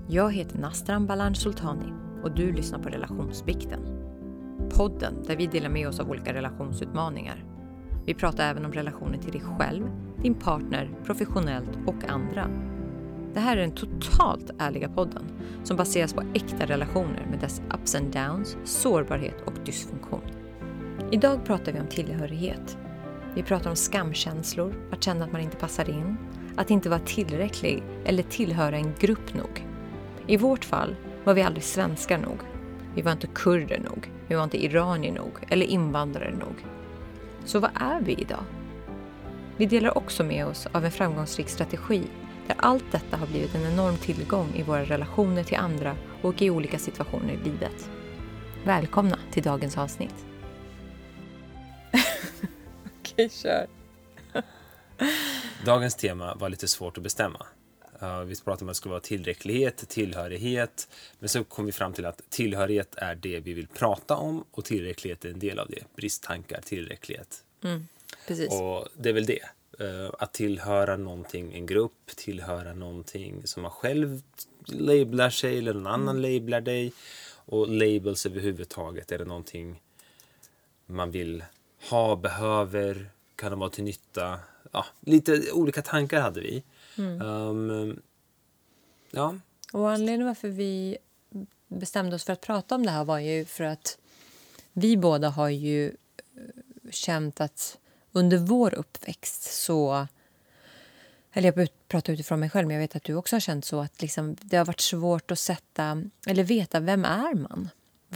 Jag heter Nastran Balan Sultani och du lyssnar på Relationsbikten. Podden där vi delar med oss av olika relationsutmaningar. Vi pratar även om relationer till dig själv, din partner, professionellt och andra. Det här är den totalt ärliga podden som baseras på äkta relationer med dess ups and downs, sårbarhet och dysfunktion. Idag pratar vi om tillhörighet. Vi pratar om skamkänslor, att känna att man inte passar in, att inte vara tillräcklig eller tillhöra en grupp nog. I vårt fall var vi aldrig svenskar nog. Vi var inte kurder nog. Vi var inte iranier nog eller invandrare nog. Så vad är vi idag? Vi delar också med oss av en framgångsrik strategi där allt detta har blivit en enorm tillgång i våra relationer till andra och i olika situationer i livet. Välkomna till dagens avsnitt. Okej, kör. Dagens tema var lite svårt att bestämma. Vi pratade om att det skulle vara tillräcklighet, tillhörighet. Men så kom vi fram till att tillhörighet är det vi vill prata om. Och tillräcklighet är en del av det. Bristtankar, tillräcklighet. Precis. Och det är väl det. Att tillhöra någonting, en grupp. Tillhöra någonting som man själv labelar sig. Eller någon annan labelar dig. Och labels överhuvudtaget. Är det någonting man vill ha, behöver. Kan det vara till nytta. Ja, lite olika tankar hade vi. Ja. Och anledningen varför vi bestämde oss för att prata om det här var ju för att vi båda har ju känt att under vår uppväxt så, eller jag pratar utifrån mig själv men jag vet att du också har känt så att liksom, det har varit svårt att sätta eller veta vem är man?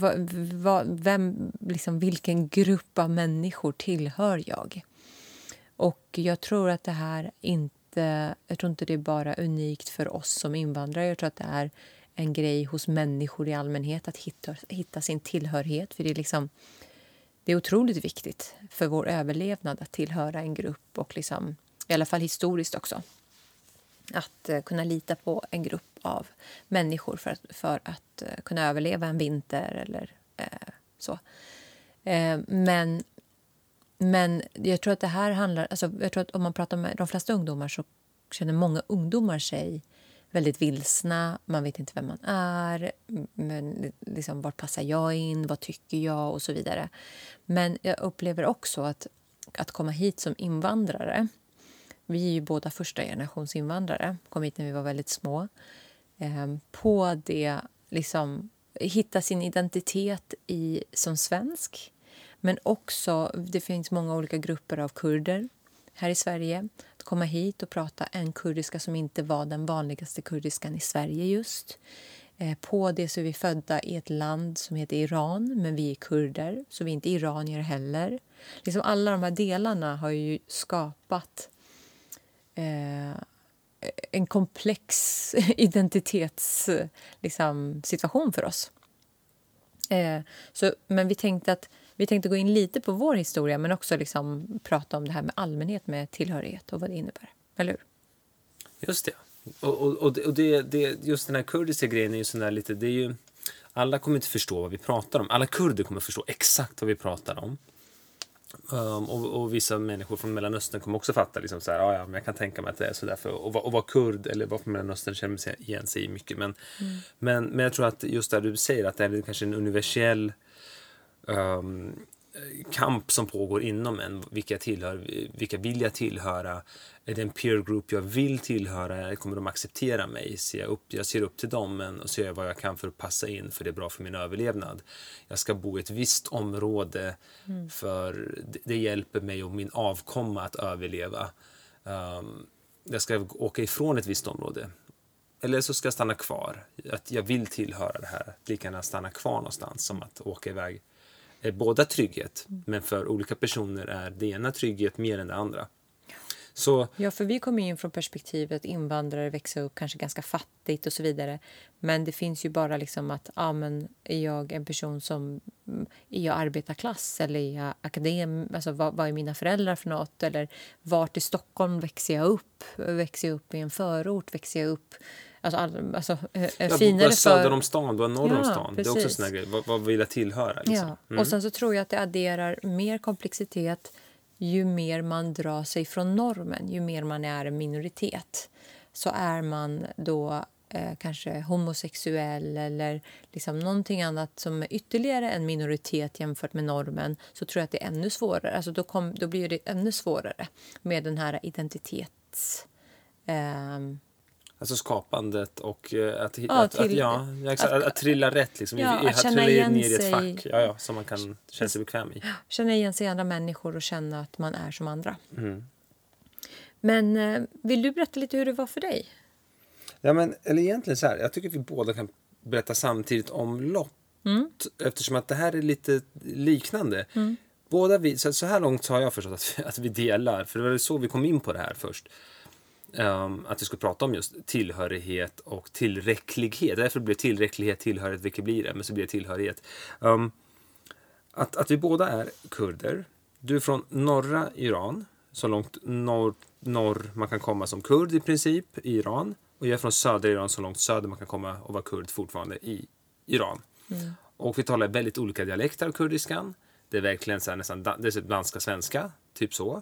Vilken grupp av människor tillhör jag? Och jag tror att det här jag tror inte det är bara unikt för oss som invandrare. Jag tror att det är en grej hos människor i allmänhet att hitta sin tillhörighet. För det är otroligt viktigt för vår överlevnad att tillhöra en grupp. Och liksom, i alla fall historiskt också. Att kunna lita på en grupp av människor för att kunna överleva en vinter eller så. Men jag tror att det här handlar... Alltså jag tror att om man pratar med de flesta ungdomar så känner många ungdomar sig väldigt vilsna. Man vet inte vem man är. Men liksom, vart passar jag in? Vad tycker jag? Och så vidare. Men jag upplever också att komma hit som invandrare. Vi är ju båda första generations invandrare. Kom hit när vi var väldigt små. På det liksom hitta sin identitet som svensk. Men också, det finns många olika grupper av kurder här i Sverige. Att komma hit och prata en kurdiska som inte var den vanligaste kurdiskan i Sverige just. På det så är vi födda i ett land som heter Iran, men vi är kurder. Så vi är inte iranier heller. Liksom alla de här delarna har ju skapat en komplex identitetssituation för oss. Men vi tänkte gå in lite på vår historia men också liksom prata om det här med allmänhet med tillhörighet och vad det innebär. Eller hur? Just det. Och det just den här kurdiska grejen är ju sån där lite... Det är ju, alla kommer inte förstå vad vi pratar om. Alla kurder kommer förstå exakt vad vi pratar om. Och vissa människor från Mellanöstern kommer också fatta liksom så här, ja, men jag kan tänka mig att det är så därför och vara kurd eller vara från Mellanöstern känner sig igen sig mycket men jag tror att just där du säger att det är kanske en universell kamp som pågår inom en, vilka vill jag tillhöra, är det en peer group jag vill tillhöra, kommer de acceptera mig, jag ser upp till dem och ser vad jag kan för att passa in för det är bra för min överlevnad, jag ska bo i ett visst område för det hjälper mig och min avkomma att överleva, jag ska åka ifrån ett visst område eller så ska jag stanna kvar, att jag vill tillhöra det här, lika gärna stanna kvar någonstans som att åka iväg. Båda trygghet, men för olika personer är det ena trygghet mer än det andra. Så, ja, för vi kommer in från perspektivet invandrare växer upp kanske ganska fattigt och så vidare. Men det finns ju bara liksom att men är jag en person som är jag arbetarklass eller är jag alltså vad är mina föräldrar för något eller vart i Stockholm växer jag upp? Växer jag upp i en förort? Växer jag upp finare söder om stan, då norr om stan. Precis. Det är också sån här grej. Vad vill jag tillhöra? Liksom. Ja. Och sen så tror jag att det adderar mer komplexitet ju mer man drar sig från normen. Ju mer man är en minoritet så är man då kanske homosexuell eller liksom någonting annat som är ytterligare en minoritet jämfört med normen, så tror jag att det är ännu svårare. Alltså då blir det ännu svårare med den här identitets... Alltså skapandet och att trilla rätt liksom. Att känna igen ner i ett sig. fack som man kan känna sig bekväm i. Känna igen sig i andra människor och känna att man är som andra. Mm. Men vill du berätta lite hur det var för dig? Ja, men eller egentligen så här, jag tycker att vi båda kan berätta samtidigt om Lott. Eftersom att det här är lite liknande. Båda vi, så här långt har jag förstått att vi delar, för det var så vi kom in på det här först. Att vi skulle prata om just tillhörighet och tillräcklighet. Därför blir tillräcklighet, tillhörighet, vilket blir det? Men så blir det tillhörighet. Att vi båda är kurder. Du är från norra Iran, så långt norr man kan komma som kurd i princip i Iran. Och jag är från södra Iran, så långt söder man kan komma och vara kurd fortfarande i Iran. Och vi talar väldigt olika dialekter av kurdiskan. Det är verkligen så här, nästan det är danska svenska, typ så.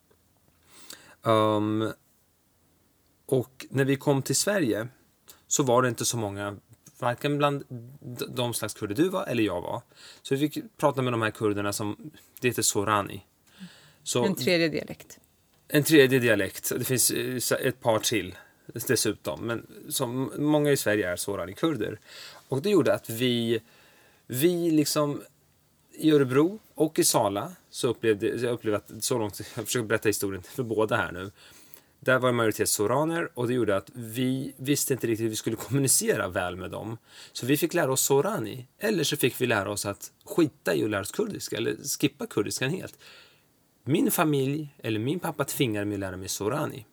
Och när vi kom till Sverige så var det inte så många, varken bland de slags kurder du var eller jag var. Så vi fick prata med de här kurderna som, det heter Sorani. Så, en tredje dialekt. En tredje dialekt. Det finns ett par till dessutom. Men som många i Sverige är Sorani-kurder. Och det gjorde att vi liksom i Örebro och i Sala så upplevde att så långt, jag försöker berätta historien för båda här nu. Där var en majoritet soraner och det gjorde att vi visste inte riktigt hur vi skulle kommunicera väl med dem. Så vi fick lära oss sorani. Eller så fick vi lära oss att skita i att lära oss kurdiska eller skippa kurdiskan helt. Min familj eller min pappa tvingade mig att lära mig sorani.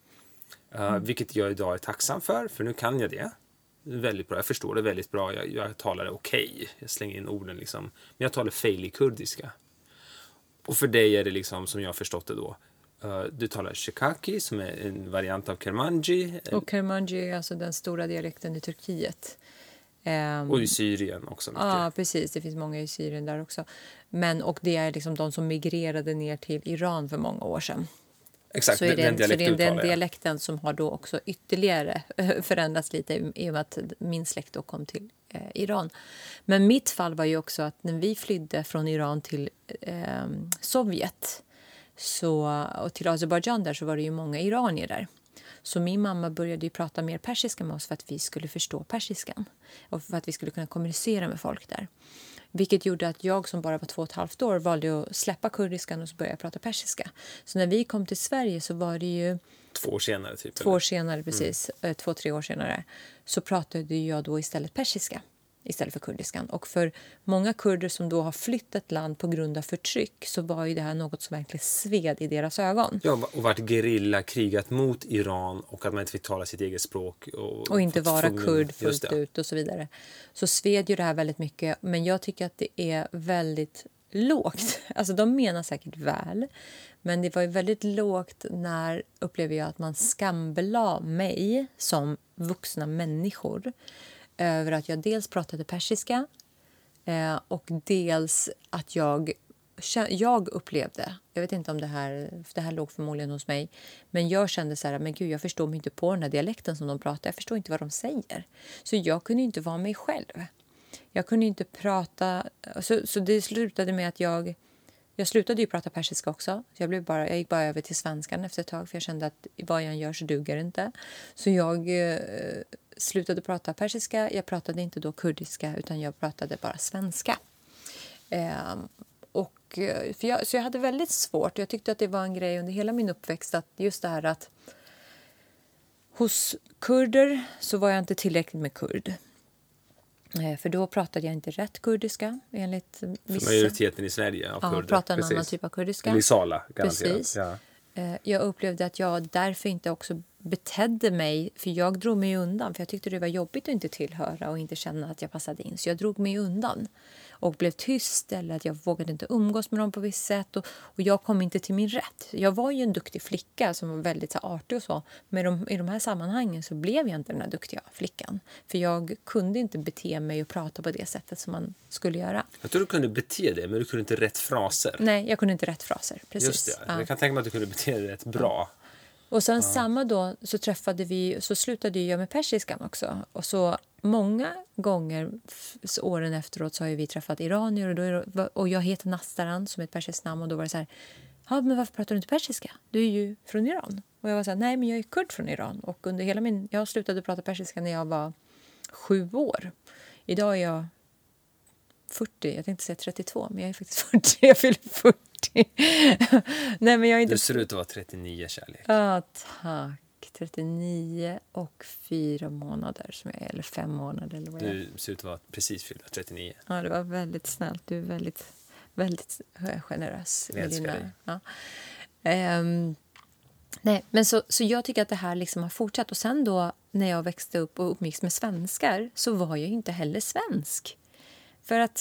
Vilket jag idag är tacksam för nu kan jag det. Väldigt bra, jag förstår det väldigt bra. Jag talar det okej. Jag slänger in orden liksom. Men jag talar fejlig kurdiska. Och för dig är det liksom, som jag har förstått det då, du talar Shekaki som är en variant av Kermanji. Och Kermanji är alltså den stora dialekten i Turkiet. Och i Syrien också mycket. Ja, precis. Det finns många i Syrien där också. Och det är liksom de som migrerade ner till Iran för många år sedan. Exakt, så är den dialekten som har då också ytterligare förändrats lite i och med att min släkt då kom till Iran. Men mitt fall var ju också att när vi flydde från Iran till Sovjet och till Azerbaijan där, så var det ju många iranier där. Så min mamma började ju prata mer persiska med oss för att vi skulle förstå persiskan. Och för att vi skulle kunna kommunicera med folk där. Vilket gjorde att jag som bara var 2,5 år valde att släppa kurdiskan och så började jag prata persiska. Så när vi kom till Sverige så var det ju... 2 år senare typ. 2 år senare, precis. 2-3 år senare. Så pratade jag då istället persiska. Istället för kurdiskan. Och för många kurder som då har flytt ett land på grund av förtryck, så var ju det här något som verkligen sved i deras ögon. Ja, och varit gerilla, krigat mot Iran och att man inte fick tala sitt eget språk. Och inte vara kurd fullt ut och så vidare. Så sved ju det här väldigt mycket. Men jag tycker att det är väldigt lågt. Alltså de menar säkert väl. Men det var ju väldigt lågt när upplever jag att man skambelade mig som vuxna människor. Över att jag dels pratade persiska och dels att jag upplevde, jag vet inte om det här låg förmodligen hos mig, men jag kände så här, men gud, jag förstår mig inte på den här dialekten som de pratar, jag förstår inte vad de säger. Så jag kunde inte vara mig själv. Jag kunde inte prata, så det slutade med att jag slutade ju prata persiska också. Så jag gick bara över till svenskan efter ett tag, för jag kände att vad jag gör så duger inte. Så jag slutade prata persiska. Jag pratade inte då kurdiska, utan jag pratade bara svenska. Så jag hade väldigt svårt. Jag tyckte att det var en grej under hela min uppväxt, att just det här att hos kurder så var jag inte tillräckligt med kurd. För då pratade jag inte rätt kurdiska enligt vissa. Majoriteten i Sverige av kurder. Ja, pratade en annan typ av kurdiska. Eller i Sala, garanterat. Precis. Ja. Jag upplevde att jag därför inte också betedde mig, för jag drog mig undan, för jag tyckte det var jobbigt att inte tillhöra och inte känna att jag passade in. Så jag drog mig undan och blev tyst, eller att jag vågade inte umgås med dem på visst sätt, och jag kom inte till min rätt. Jag var ju en duktig flicka som var väldigt så artig och så, men i de här sammanhangen så blev jag inte den här duktiga flickan, för jag kunde inte bete mig och prata på det sättet som man skulle göra. Jag tror du kunde bete dig, men du kunde inte rätt fraser. Nej, jag kunde inte rätt fraser, precis. Just det, jag kan tänka mig att du kunde bete dig rätt bra. Och sen samma då så slutade jag med persiskan också. Och så många gånger åren efteråt så har ju vi träffat iranier. Och jag heter Nastaran som är ett persiskt namn. Och då var det så här, ja, men varför pratar du inte persiska? Du är ju från Iran. Och jag var så här, nej men jag är kurd från Iran. Och under jag slutade prata persiska när jag var 7 år. Idag är jag 40, jag tänkte säga 32, men jag är faktiskt 40, jag fyller 40. Nej, men jag är inte... Du ser ut att vara 39, kärlek. Ja, tack. 39 och 4 månader som jag är, eller 5 månader eller vad jag är. Du ser ut att vara precis fyllda 39. Ja, det var väldigt snällt. Du är väldigt, väldigt generös. Jag älskar dig. Ja. Nej, men så jag tycker att det här liksom har fortsatt. Och sen då, när jag växte upp och umgicks med svenskar, så var jag inte heller svensk. För att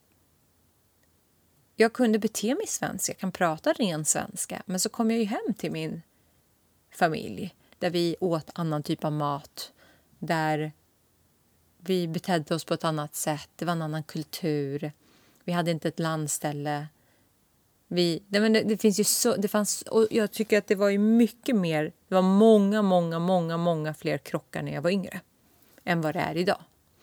jag kunde bete mig svenska, jag kan prata ren svenska. Men så kom jag ju hem till min familj där vi åt annan typ av mat. Där vi betedde oss på ett annat sätt. Det var en annan kultur. Vi hade inte ett landställe. Det finns ju så, det fanns, och jag tycker att det var ju mycket mer. Det var många fler krockar när jag var yngre än vad det är idag.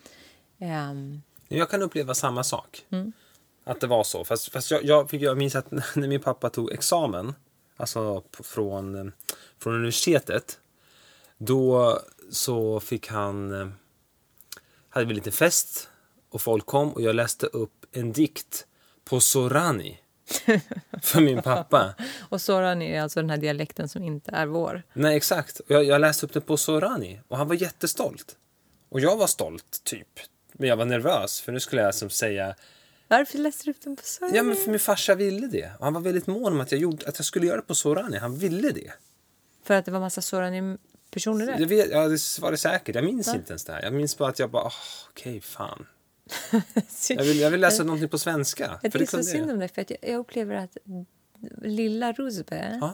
Jag kan uppleva samma sak. Att det var så. Fast jag minns att när min pappa tog examen, alltså från universitetet, då så fick han, hade vi lite fest och folk kom och jag läste upp en dikt på Sorani för min pappa. Och Sorani är alltså den här dialekten som inte är vår. Nej, exakt. Jag läste upp det på Sorani och han var jättestolt. Och jag var stolt, typ. Men jag var nervös, för nu skulle jag som säga... Varför läste du upp den på Sorani? Ja, men för min farsa ville det. Och han var väldigt mån om att jag skulle göra det på Sorani. Han ville det. För att det var massa Sorani-personer där? Ja, det var det säkert. Jag minns inte ens det här. Jag minns bara att jag bara, okej, fan. jag vill läsa någonting på svenska. Det är så synd om det, för att jag upplever att lilla Ruzbe... Ja.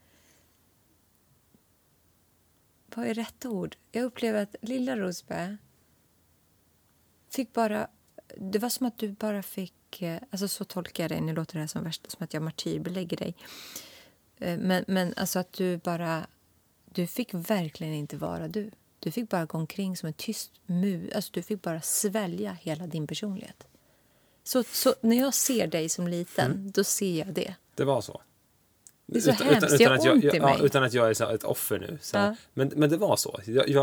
Vad är rätt ord? Jag upplever att lilla Ruzbe fick bara... Det var som att du bara fick... Alltså så tolkar jag dig. Nu låter det här som värst, som att jag martyrbelägger dig. Men alltså att du bara... Du fick verkligen inte vara du. Du fick bara gå omkring som en tyst alltså du fick bara svälja hela din personlighet. Så när jag ser dig som liten, då ser jag det. Det var så. Det är så hemskt. Jag har ont i mig. Utan att jag är så ett offer nu. Så. Ja. Men det var så.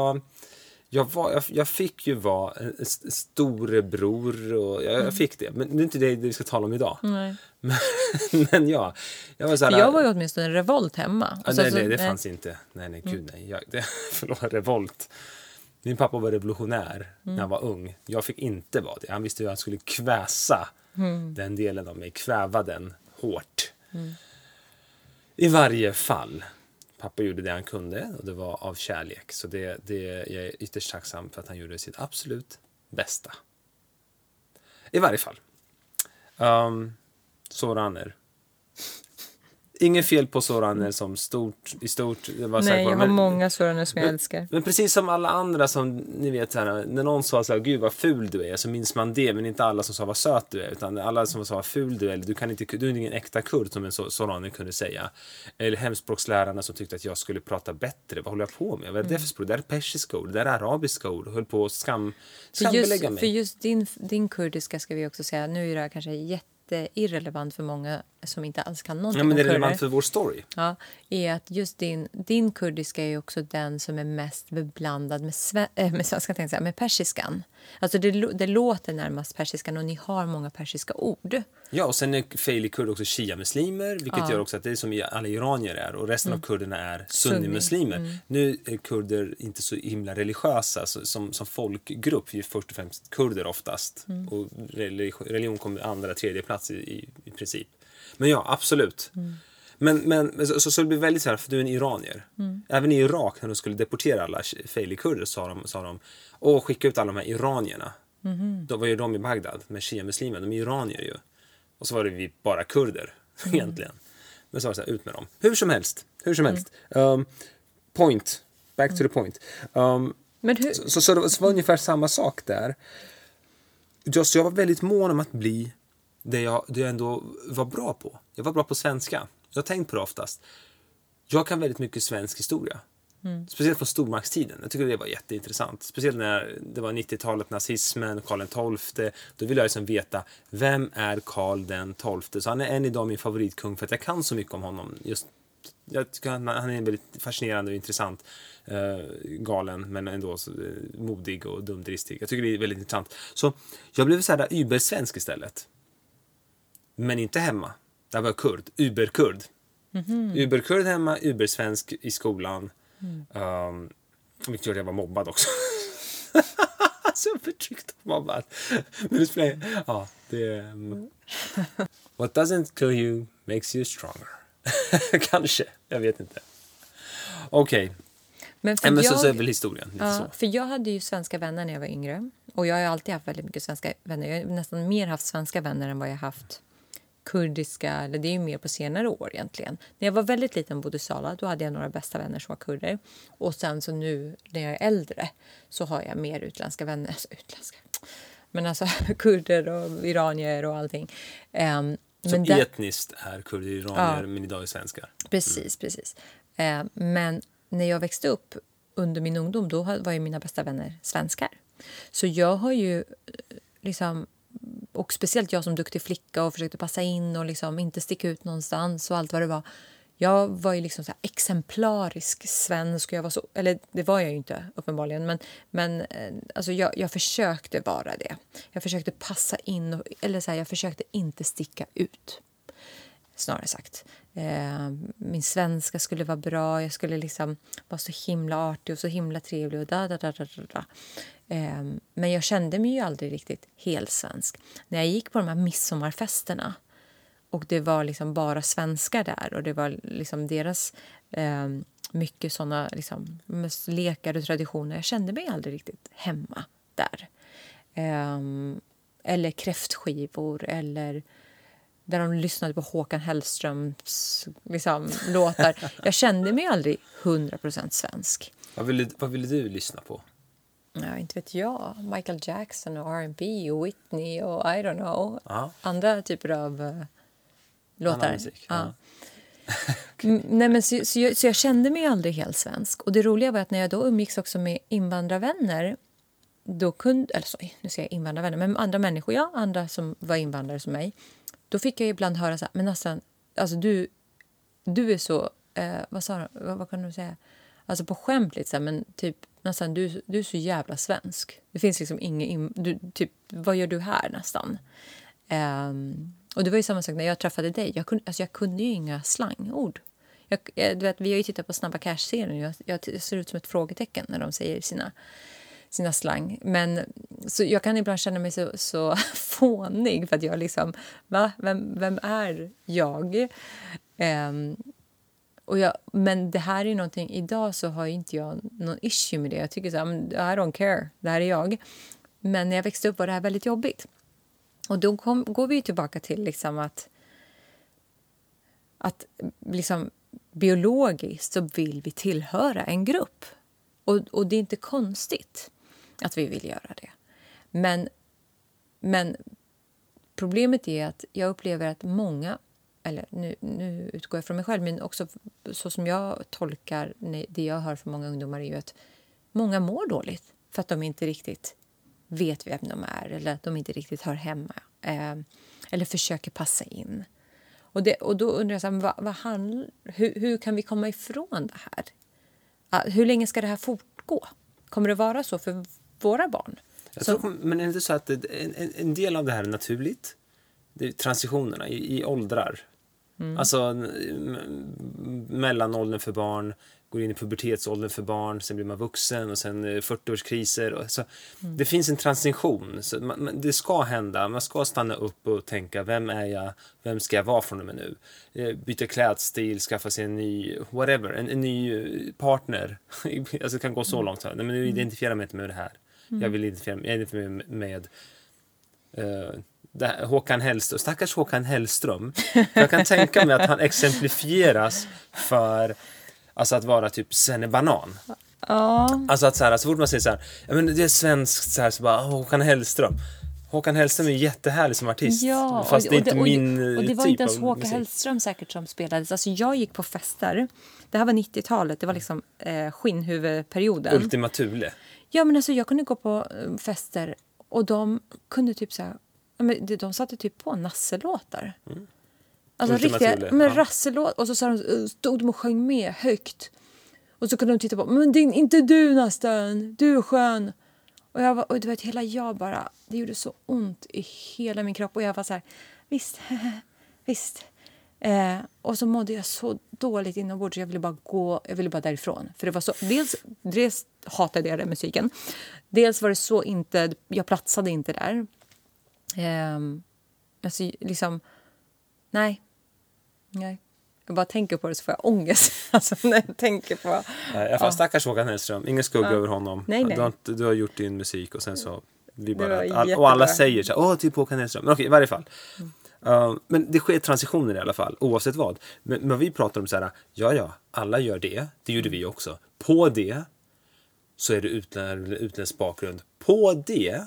Jag fick ju vara en storebror och jag fick det. Men det är inte det vi ska tala om idag. Nej. Men jag var så här, för jag var ju åtminstone en revolt hemma. Ja, nej, det fanns inte. Nej, gud nej. Förlåt, revolt. Min pappa var revolutionär när han var ung. Jag fick inte vara det. Han visste hur han skulle kväsa den delen av mig. Kväva den hårt. I varje fall. Pappa gjorde det han kunde och det var av kärlek. Så jag är ytterst tacksam för att han gjorde sitt absolut bästa. I varje fall. Soraner. Inget fel på soraner som i stort. Det var nej, jag har många soraner som jag älskar. Men precis som alla andra som ni vet så här, när någon sa så här, gud vad ful du är, så minns man det, men inte alla som sa vad söt du är, utan alla som sa vad ful du är, eller du är ingen äkta kurd som en soraner kunde säga. Eller hemspråkslärarna som tyckte att jag skulle prata bättre. Vad håller jag på med? Vad är det för språk? Det är persiska ord, det är arabiska ord. Höll på att skambelägga mig. För just din kurdiska ska vi också säga, nu är det kanske irrelevant för många som inte alls kan någonting. Ja, men det är relevant för vår story. Ja, är att just din kurdiska är ju också den som är mest beblandad med svenska, tänkte jag säga, med persiskan. Alltså det låter närmast persiskan och ni har många persiska ord. Ja, och sen är Faili-kurd också shia-muslimer, vilket gör också att det är som alla iranier är, och resten av kurderna är sunni-muslimer. Nu är kurder inte så himla religiösa som folkgrupp, vi är först och främst kurder oftast. Och religion kommer andra, tredje plats i princip. Men ja, absolut. Men så det blir väldigt så här, för du är en iranier. Även i Irak, när de skulle deportera alla Faili-kurder, sa de och skicka ut alla de här iranierna. Då var ju de i Bagdad med shia-muslimer, de är iranier ju. Och så var det vi bara kurder egentligen. Men så var det så här, ut med dem. Hur som helst. Back to the point. Men hur? Så det var ungefär samma sak där. Jag var väldigt mån om att bli det jag ändå var bra på. Jag var bra på svenska. Jag har tänkt på det oftast. jag kan väldigt mycket svensk historia. Speciellt från stormaktstiden. Jag tycker det var jätteintressant. Speciellt när det var 90-talet, nazismen, Karl XII. Då vill jag liksom veta, vem är Karl XII? Så han är än idag min favoritkung för att jag kan så mycket om honom. Jag tycker han är väldigt fascinerande och intressant. Galen, men ändå så, modig och dumdristig. Jag tycker det är väldigt intressant. Så jag blev så här ubersvensk istället. Men inte hemma. Där var jag kurd. Uberkurd. Uberkurd hemma, ubersvensk i skolan. Vilket gjorde jag var mobbad också. Så förtryckt och mobbad. Men det spelar, ja, det what doesn't kill you makes you stronger. Kanske, jag vet inte. Okej. Men så är väl historien lite så. För jag hade ju svenska vänner när jag var yngre. Och jag har alltid haft väldigt mycket svenska vänner. Jag har nästan mer haft svenska vänner än vad jag haft kurdiska, eller det är ju mer på senare år egentligen. När jag var väldigt liten och bodde i Sala, då hade jag några bästa vänner som var kurder. Och sen så nu när jag är äldre så har jag mer utländska vänner. Alltså utländska. Men alltså kurder och iranier och allting. Så etniskt är kurder iranier, men idag är svenskar. Precis. Men när jag växte upp under min ungdom, då var ju mina bästa vänner svenskar. Så jag har ju liksom, och speciellt jag som duktig flicka och försökte passa in och liksom inte sticka ut någonstans och allt vad det var. Jag var ju liksom så här exemplarisk svensk. Jag var så, eller det var jag ju inte uppenbarligen, men alltså jag försökte vara det. Jag försökte passa in, eller så här, jag försökte inte sticka ut. Snarare sagt. Min svenska skulle vara bra. Jag skulle liksom vara så himla artig och så himla trevlig och men jag kände mig ju aldrig riktigt helt svensk. När jag gick på de här midsommarfesterna och det var liksom bara svenskar där och det var liksom deras mycket såna liksom lekar och traditioner. Jag kände mig aldrig riktigt hemma där. Eller kräftskivor eller där de lyssnade på Håkan Hellströms liksom, låtar. Jag kände mig aldrig 100% svensk. Vad ville du lyssna på? Ja, inte vet jag. Michael Jackson och R&B och Whitney och I don't know. Ja. Andra typer av låtar. Musik. Ja. Nej, men så jag kände mig aldrig helt svensk. Och det roliga var att när jag då umgicks också med invandrarvänner, då kunde, eller så, nu säger jag invandrarvänner, men andra människor, ja, andra som var invandrare som mig, då fick jag ibland höra så här, men nästan, alltså du är så, vad kan du säga? Alltså på skämt lite så här, men typ nästan du är så jävla svensk. Det finns liksom typ, vad gör du här nästan? Och det var ju samma sak när jag träffade dig. Jag kunde ju inga slangord. Du vet, vi har ju tittat på Snabba Cash-serien. Jag ser ut som ett frågetecken när de säger sina slang. Men så jag kan ibland känna mig så fånig för att jag liksom, vem är jag? Men det här är ju någonting, idag så har inte jag någon issue med det. Jag tycker så här, I don't care, det här är jag. Men när jag växte upp var det här väldigt jobbigt. Och då går vi ju tillbaka till liksom att liksom biologiskt så vill vi tillhöra en grupp. Och det är inte konstigt att vi vill göra det. Men problemet är att jag upplever att många, eller nu utgår jag från mig själv, men också så som jag tolkar det jag hör från många ungdomar är ju att många mår dåligt för att de inte riktigt vet vem de är eller att de inte riktigt hör hemma eller försöker passa in. Och då undrar jag så här, hur kan vi komma ifrån det här? Hur länge ska det här fortgå? Kommer det vara så för våra barn? Men är det inte så att en del av det här är naturligt? Det är transitionerna i åldrar. Alltså mellanåldern för barn, går in i pubertetsåldern för barn, sen blir man vuxen och sen 40-årskriser. Så det finns en transition. Så det ska hända. Man ska stanna upp och tänka, vem är jag? Vem ska jag vara från och med nu? Byta klädstil, skaffa sig en ny whatever, en ny partner. Alltså det kan gå så långt. Nej, men nu identifierar mig inte med det här. Jag vill identifiera mig med Håkan Hellström, stackars Håkan Hellström. Jag kan tänka mig att han exemplifieras för alltså att vara typ svennebanan. Ja. Alltså att så fort man säger så här, ja men det är svenskt så här, så bara Håkan Hellström. Håkan Hellström är jättehärlig som artist. Ja, fast det är inte min och det var typ inte ens av Håkan musik. Hellström säkert som spelades. Alltså jag gick på fester. Det här var 90-talet. Det var liksom skinnhuvudperioden. Ultima Thule. Ja, men alltså jag kunde gå på fester och de kunde typ så här, de satte typ på nasselåtar. Alltså Ultima riktiga, Thule, men ja. rasselåt. Och så stod de och sjöng med högt. Och så kunde de titta på, men det är inte du nästan, du är skön. Och du vet, hela jag bara, det gjorde så ont i hela min kropp. Och jag var så här, visst, visst. Och så mådde jag så dåligt inombords så jag ville bara gå, jag ville bara därifrån. För det var så, dels hatade jag den musiken. Dels var det så inte, jag platsade inte där. Alltså liksom, nej. Jag bara tänker på det så får jag ångest. Alltså när jag tänker på... Jag får stackars Håkan Hellström. Ingen skugga över honom. Nej. Du har gjort din musik och sen så... Vi bara, jättebra. och alla säger så här, typ Håkan Hellström. Men okej, i varje fall. Men det sker transitioner i alla fall, oavsett vad. Men vi pratar om så här, ja, alla gör det. Det gjorde vi också. På det så är du utländsk bakgrund. På det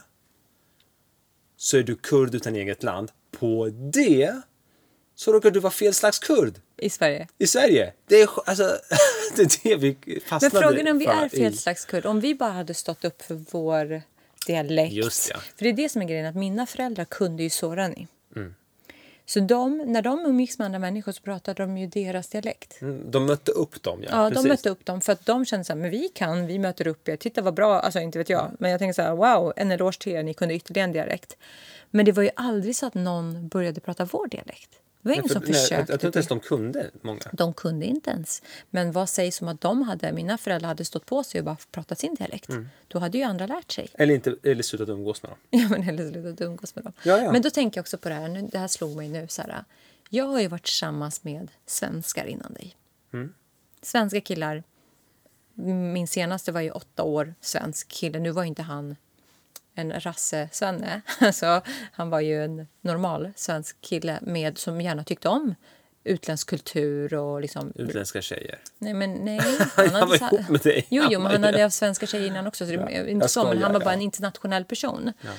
så är du kurd utan eget land. På det så råkar du vara fel slags kurd. I Sverige. I Sverige. Det är, alltså, det är det vi fastnade för. Men frågan är om vi är fel slags kurd. Om vi bara hade stått upp för vår dialekt. Just ja. För det är det som är grejen, att mina föräldrar kunde ju sorani. Så när de umgicks med andra människor så pratade de ju deras dialekt. De mötte upp dem, ja. Ja, precis. de mötte upp dem för att de kände så här, men vi möter upp er. Titta vad bra, alltså inte vet jag. Men jag tänker så här, wow, en eloge till er, ni kunde ytterligare en dialekt. Men det var ju aldrig så att någon började prata vår dialekt. Det var ingen som försökte. Jag tror inte ens de kunde, många. De kunde inte ens. Men vad sägs om att mina föräldrar hade stått på sig och bara pratat sin dialekt. Då hade ju andra lärt sig. Eller slutat umgås med dem. Ja, men eller slutat umgås med dem. Ja. Men då tänker jag också på det här. Det här slog mig nu så här. Jag har ju varit tillsammans med svenskar innan dig. Svenska killar. Min senaste var ju 8 år svensk kille. Nu var ju inte han en rasse-svenne. Alltså, han var ju en normal svensk kille som gärna tyckte om utländsk kultur och liksom... Utländska tjejer. Nej. Han var ihop med dig. Jo, men han hade haft svenska tjejer innan också. Så det är inte så, men han var bara en internationell person. Ja.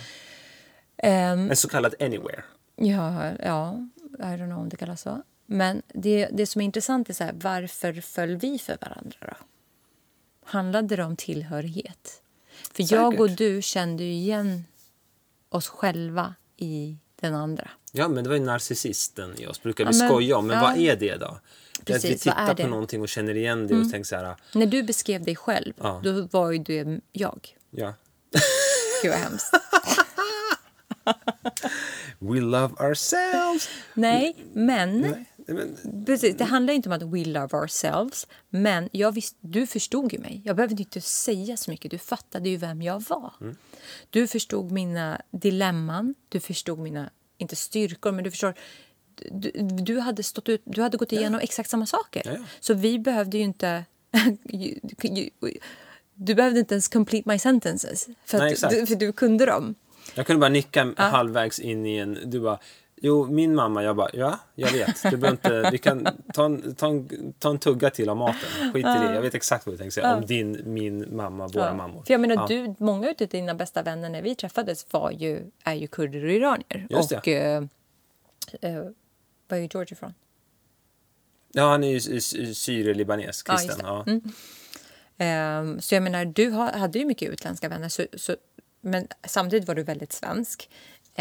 En så kallad anywhere. Ja, I don't know om det kallas så. Men det som är intressant är så här, varför föll vi för varandra då? Handlade det om tillhörighet? För Säkert. jag och du kände ju igen oss själva i den andra. Ja, men det var ju narcissisten i oss. Brukar vi skoja om. Men vad är det då? Precis, att vi tittar vad är det? på någonting och känner igen det och tänker så här... När du beskrev dig själv, då var ju du jag. Ja. Gud vad hemskt. We love ourselves. Nej, men... Men Precis, det handlar inte om att we love ourselves. Men du förstod ju mig. Jag behövde inte säga så mycket. Du fattade ju vem jag var. Du förstod mina dilemman. Du förstod mina, inte styrkor, men du förstår. Du hade stått ut, du hade gått igenom exakt samma saker. Ja. Så vi behövde ju inte... Du behövde inte ens complete my sentences. För du kunde dem. jag kunde bara nicka halvvägs in i en... Du bara... Jo, min mamma, jag bara, ja, jag vet. Du behöver inte, vi kan ta en tugga till av maten. Skit i det. Jag vet exakt vad du tänker säga om min mamma, våra mammor. För jag menar, många av dina bästa vänner när vi träffades är ju kurder och iranier. Just och var är ju George ifrån? Ja, han är ju syrier-libanes, kristen. Så jag menar, du hade ju mycket utländska vänner. Men samtidigt var du väldigt svensk.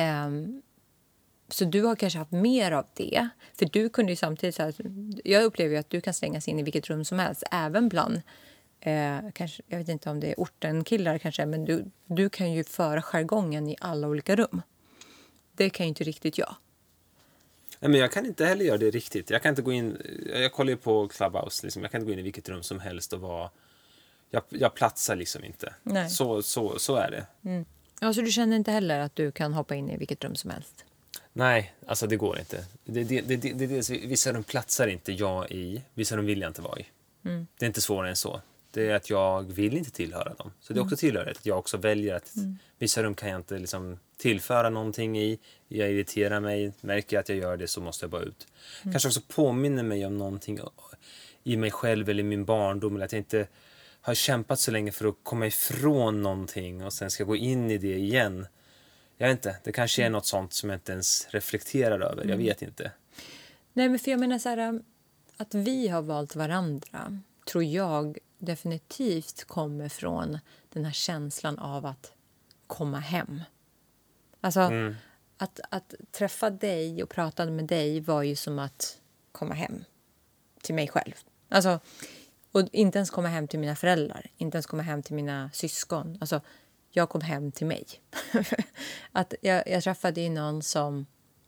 Så du har kanske haft mer av det. För du kunde ju samtidigt... Så här, jag upplever ju att du kan slängas in i vilket rum som helst. Även bland... kanske, jag vet inte om det är ortenkillar kanske. Men du kan ju föra jargongen i alla olika rum. Det kan ju inte riktigt jag. Nej, men jag kan inte heller göra det riktigt. Jag kan inte gå in... Jag kollar ju på Clubhouse. Liksom. Jag kan inte gå in i vilket rum som helst och vara... Jag platsar liksom inte. Nej. Så är det. Ja, så du känner inte heller att du kan hoppa in i vilket rum som helst? Nej, alltså det går inte. Vissa rum platsar inte jag i. Vissa rum vill jag inte vara i. Det är inte svårare än så. Det är att jag vill inte tillhöra dem. Så det är också tillhörighet. Att jag också väljer att vissa rum kan jag inte liksom tillföra någonting i. Jag irriterar mig. Märker jag att jag gör det så måste jag bara ut. Kanske också påminner mig om någonting i mig själv eller i min barndom. Eller att jag inte har kämpat så länge för att komma ifrån någonting. Och sen ska gå in i det igen. Jag vet inte, det kanske är något sånt som jag inte ens reflekterar över. Jag vet inte. Nej, men för jag menar så här, att vi har valt varandra tror jag definitivt kommer från den här känslan av att komma hem. Alltså, att träffa dig och prata med dig var ju som att komma hem till mig själv. Alltså, och inte ens komma hem till mina föräldrar, inte ens komma hem till mina syskon. Alltså, jag kom hem till mig. Att jag träffade ju någon som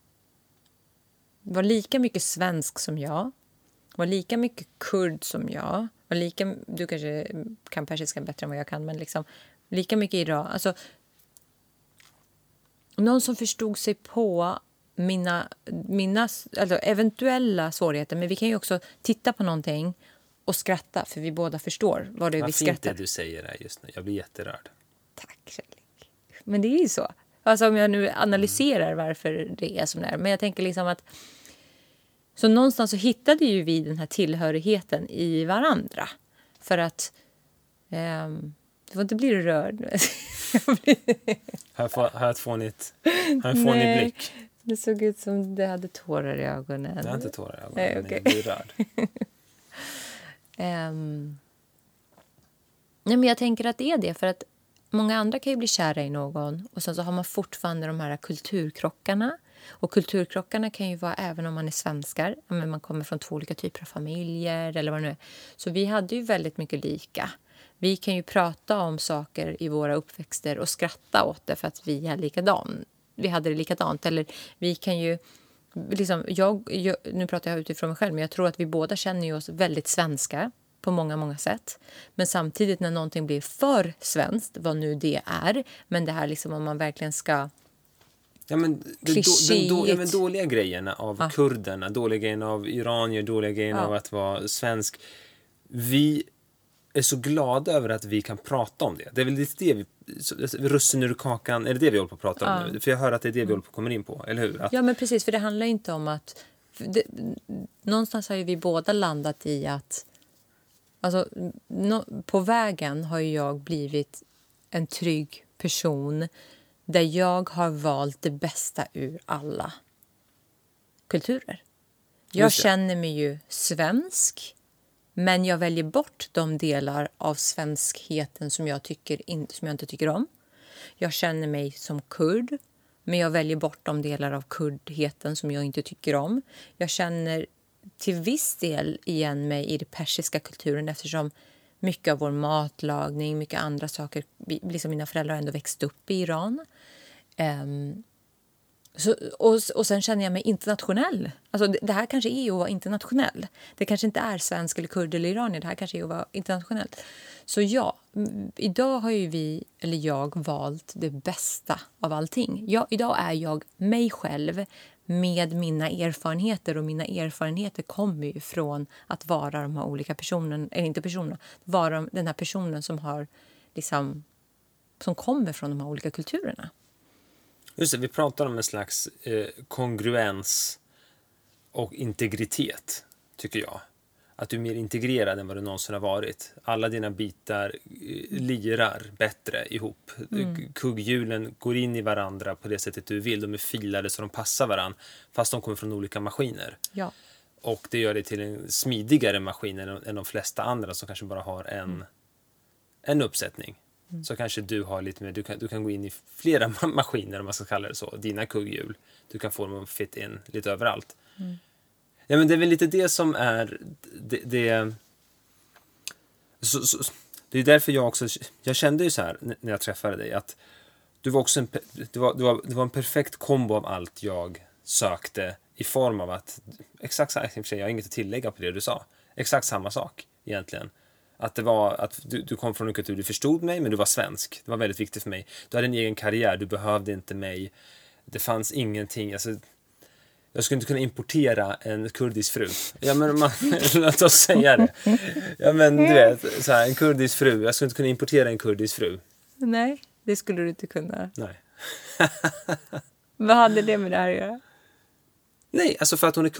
var lika mycket svensk som jag, var lika mycket kurd som jag, var lika, du kanske kan persiska bättre än vad jag kan, men liksom lika mycket Iran. Alltså, någon som förstod sig på mina alltså, eventuella svårigheter, men vi kan ju också titta på någonting och skratta, för vi båda förstår vad det är vi skrattar. Vad fint det du säger här just nu, jag blir jätterörd. Tack, kärlek. Men det är ju så. Alltså om jag nu analyserar varför det är som det är. Men jag tänker liksom att så någonstans så hittade ju vi den här tillhörigheten i varandra. För att du får inte bli rörd. Har jag ett fånigt blick? Det såg ut som det hade tårar i ögonen. Det har inte tårar i ögonen, Nej, men jag blir rörd. Nej, men jag tänker att det är det, för att många andra kan ju bli kära i någon och sen så har man fortfarande de här kulturkrockarna. Och kulturkrockarna kan ju vara även om man är svenskar, men man kommer från 2 olika typer av familjer eller vad det nu är. Så vi hade ju väldigt mycket lika. Vi kan ju prata om saker i våra uppväxter och skratta åt det för att vi hade det likadant. Eller vi kan ju liksom, nu pratar jag utifrån mig själv, men jag tror att vi båda känner ju oss väldigt svenska på många sätt. Men samtidigt när någonting blir för svenskt, vad nu det är, men det här liksom om man verkligen ska men dåliga grejerna av kurderna, dåliga grejerna av iranier, dåliga grejerna av att vara svensk. Vi är så glada över att vi kan prata om det. Det är väl lite det russin ur kakan, är det vi håller på att prata om nu? För jag hör att det är det vi håller på att komma in på, eller hur? Ja, men precis, för det handlar inte om att någonstans har ju vi båda landat i att alltså, på vägen har ju jag blivit en trygg person där jag har valt det bästa ur alla kulturer. Jag känner mig ju svensk, men jag väljer bort de delar av svenskheten som jag inte tycker om. Jag känner mig som kurd, men jag väljer bort de delar av kurdheten som jag inte tycker om. Jag känner till viss del igen mig i den persiska kulturen eftersom mycket av vår matlagning, mycket andra saker, liksom mina föräldrar har ändå växt upp i Iran. Och sen känner jag mig internationell. Alltså det här kanske är att vara internationell. Det kanske inte är svensk eller kurd eller iranier. Det här kanske är att vara internationellt. Så ja, idag har ju jag valt det bästa av allting. Idag är jag mig själv med mina erfarenheter. Och mina erfarenheter kommer ju från att vara de här olika personerna. Eller inte personerna. Vara den här personen som har liksom, som kommer från de här olika kulturerna. Just det, vi pratar om en slags kongruens och integritet, tycker jag. Att du är mer integrerad än vad du någonsin har varit. Alla dina bitar lirar bättre ihop. Kugghjulen går in i varandra på det sättet du vill. De är filade så de passar varandra, fast de kommer från olika maskiner. Ja. Och det gör det till en smidigare maskin än de flesta andra som kanske bara har en uppsättning. Så kanske du har lite mer, du kan gå in i flera maskiner om man ska kalla det så, dina kugghjul. Du kan få dem att fit in lite överallt. Ja, men det är väl lite det som är det är därför jag kände ju så här när jag träffade dig att du var också det var en perfekt kombo av allt jag sökte i form av att exakt så här, jag har inget att tillägga på det du sa. Exakt samma sak egentligen. Att det var att du kom från en kultur, du förstod mig, men du var svensk. Det var väldigt viktigt för mig. Du hade en egen karriär, du behövde inte mig. Det fanns ingenting, alltså, jag skulle inte kunna importera en kurdisk fru. Ja, men låt oss säga det. Ja, men du vet, så här, en kurdisk fru. Jag skulle inte kunna importera en kurdisk fru. Nej, det skulle du inte kunna. Nej. Vad hade det med det här att göra? Nej, alltså för att hon är kurd.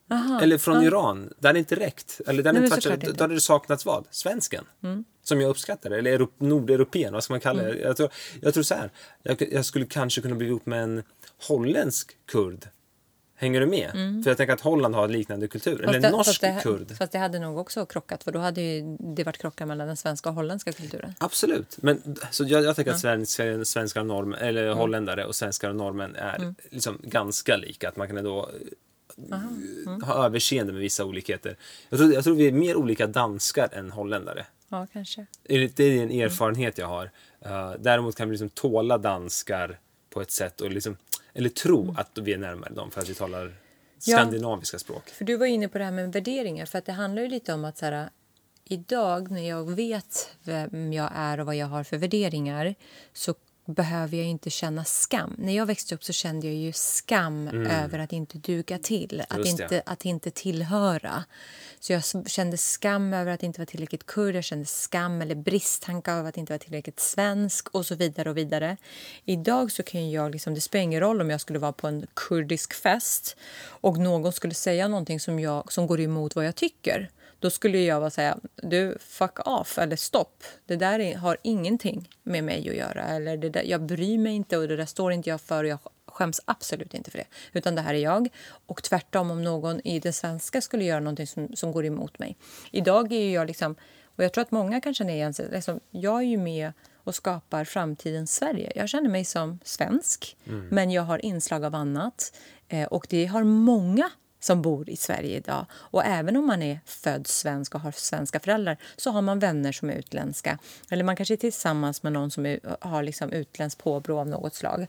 Aha, Eller från Iran. Det hade inte räckt. Eller det hade, Nej, inte men såklart varit, inte. då hade det saknats vad? Svensken. Som jag uppskattar. Eller nordeuropén, vad ska man kalla det? Jag tror så här. Jag skulle kanske kunna bli ihop med en holländsk kurd. Hänger du med? För jag tänker att Holland har liknande kultur. Eller en norsk kurd. Fast det hade nog också krockat. För då hade ju det varit krockar mellan den svenska och holländska kulturen. Absolut. Men så jag tänker att svenskar och norrmän, eller holländare och svenskar och norrmän är liksom ganska lika. Att man kan då ha överseende med vissa olikheter. Jag tror vi är mer olika danskar än holländare. Ja, kanske. Det är en erfarenhet jag har. Däremot kan vi liksom tåla danskar på ett sätt och liksom, eller tro att vi är närmare dem för att vi talar skandinaviska språk. För du var inne på det här med värderingar. För att det handlar ju lite om att så här, idag när jag vet vem jag är och vad jag har för värderingar så behöver jag inte känna skam. När jag växte upp så kände jag ju skam över att inte duga till. Att inte tillhöra. Så jag kände skam över att inte vara tillräckligt kurd. Jag kände skam eller bristtankar över att inte vara tillräckligt svensk och så vidare och vidare. Idag så kan jag liksom, det spelar ingen roll om jag skulle vara på en kurdisk fest och någon skulle säga någonting som går emot vad jag tycker. Då skulle jag säga, du, fuck off, eller stopp. Det där har ingenting med mig att göra. Eller det där, jag bryr mig inte och det där står inte jag för och jag skäms absolut inte för det. Utan det här är jag. Och tvärtom om någon i det svenska skulle göra någonting som går emot mig. Idag är ju jag liksom, och jag tror att många kan känna igen sig, liksom, jag är ju med och skapar framtidens Sverige. Jag känner mig som svensk, men jag har inslag av annat. Och det har många som bor i Sverige idag. Och även om man är född svensk och har svenska föräldrar så har man vänner som är utländska. Eller man kanske är tillsammans med någon som har liksom utländskt påbrå av något slag.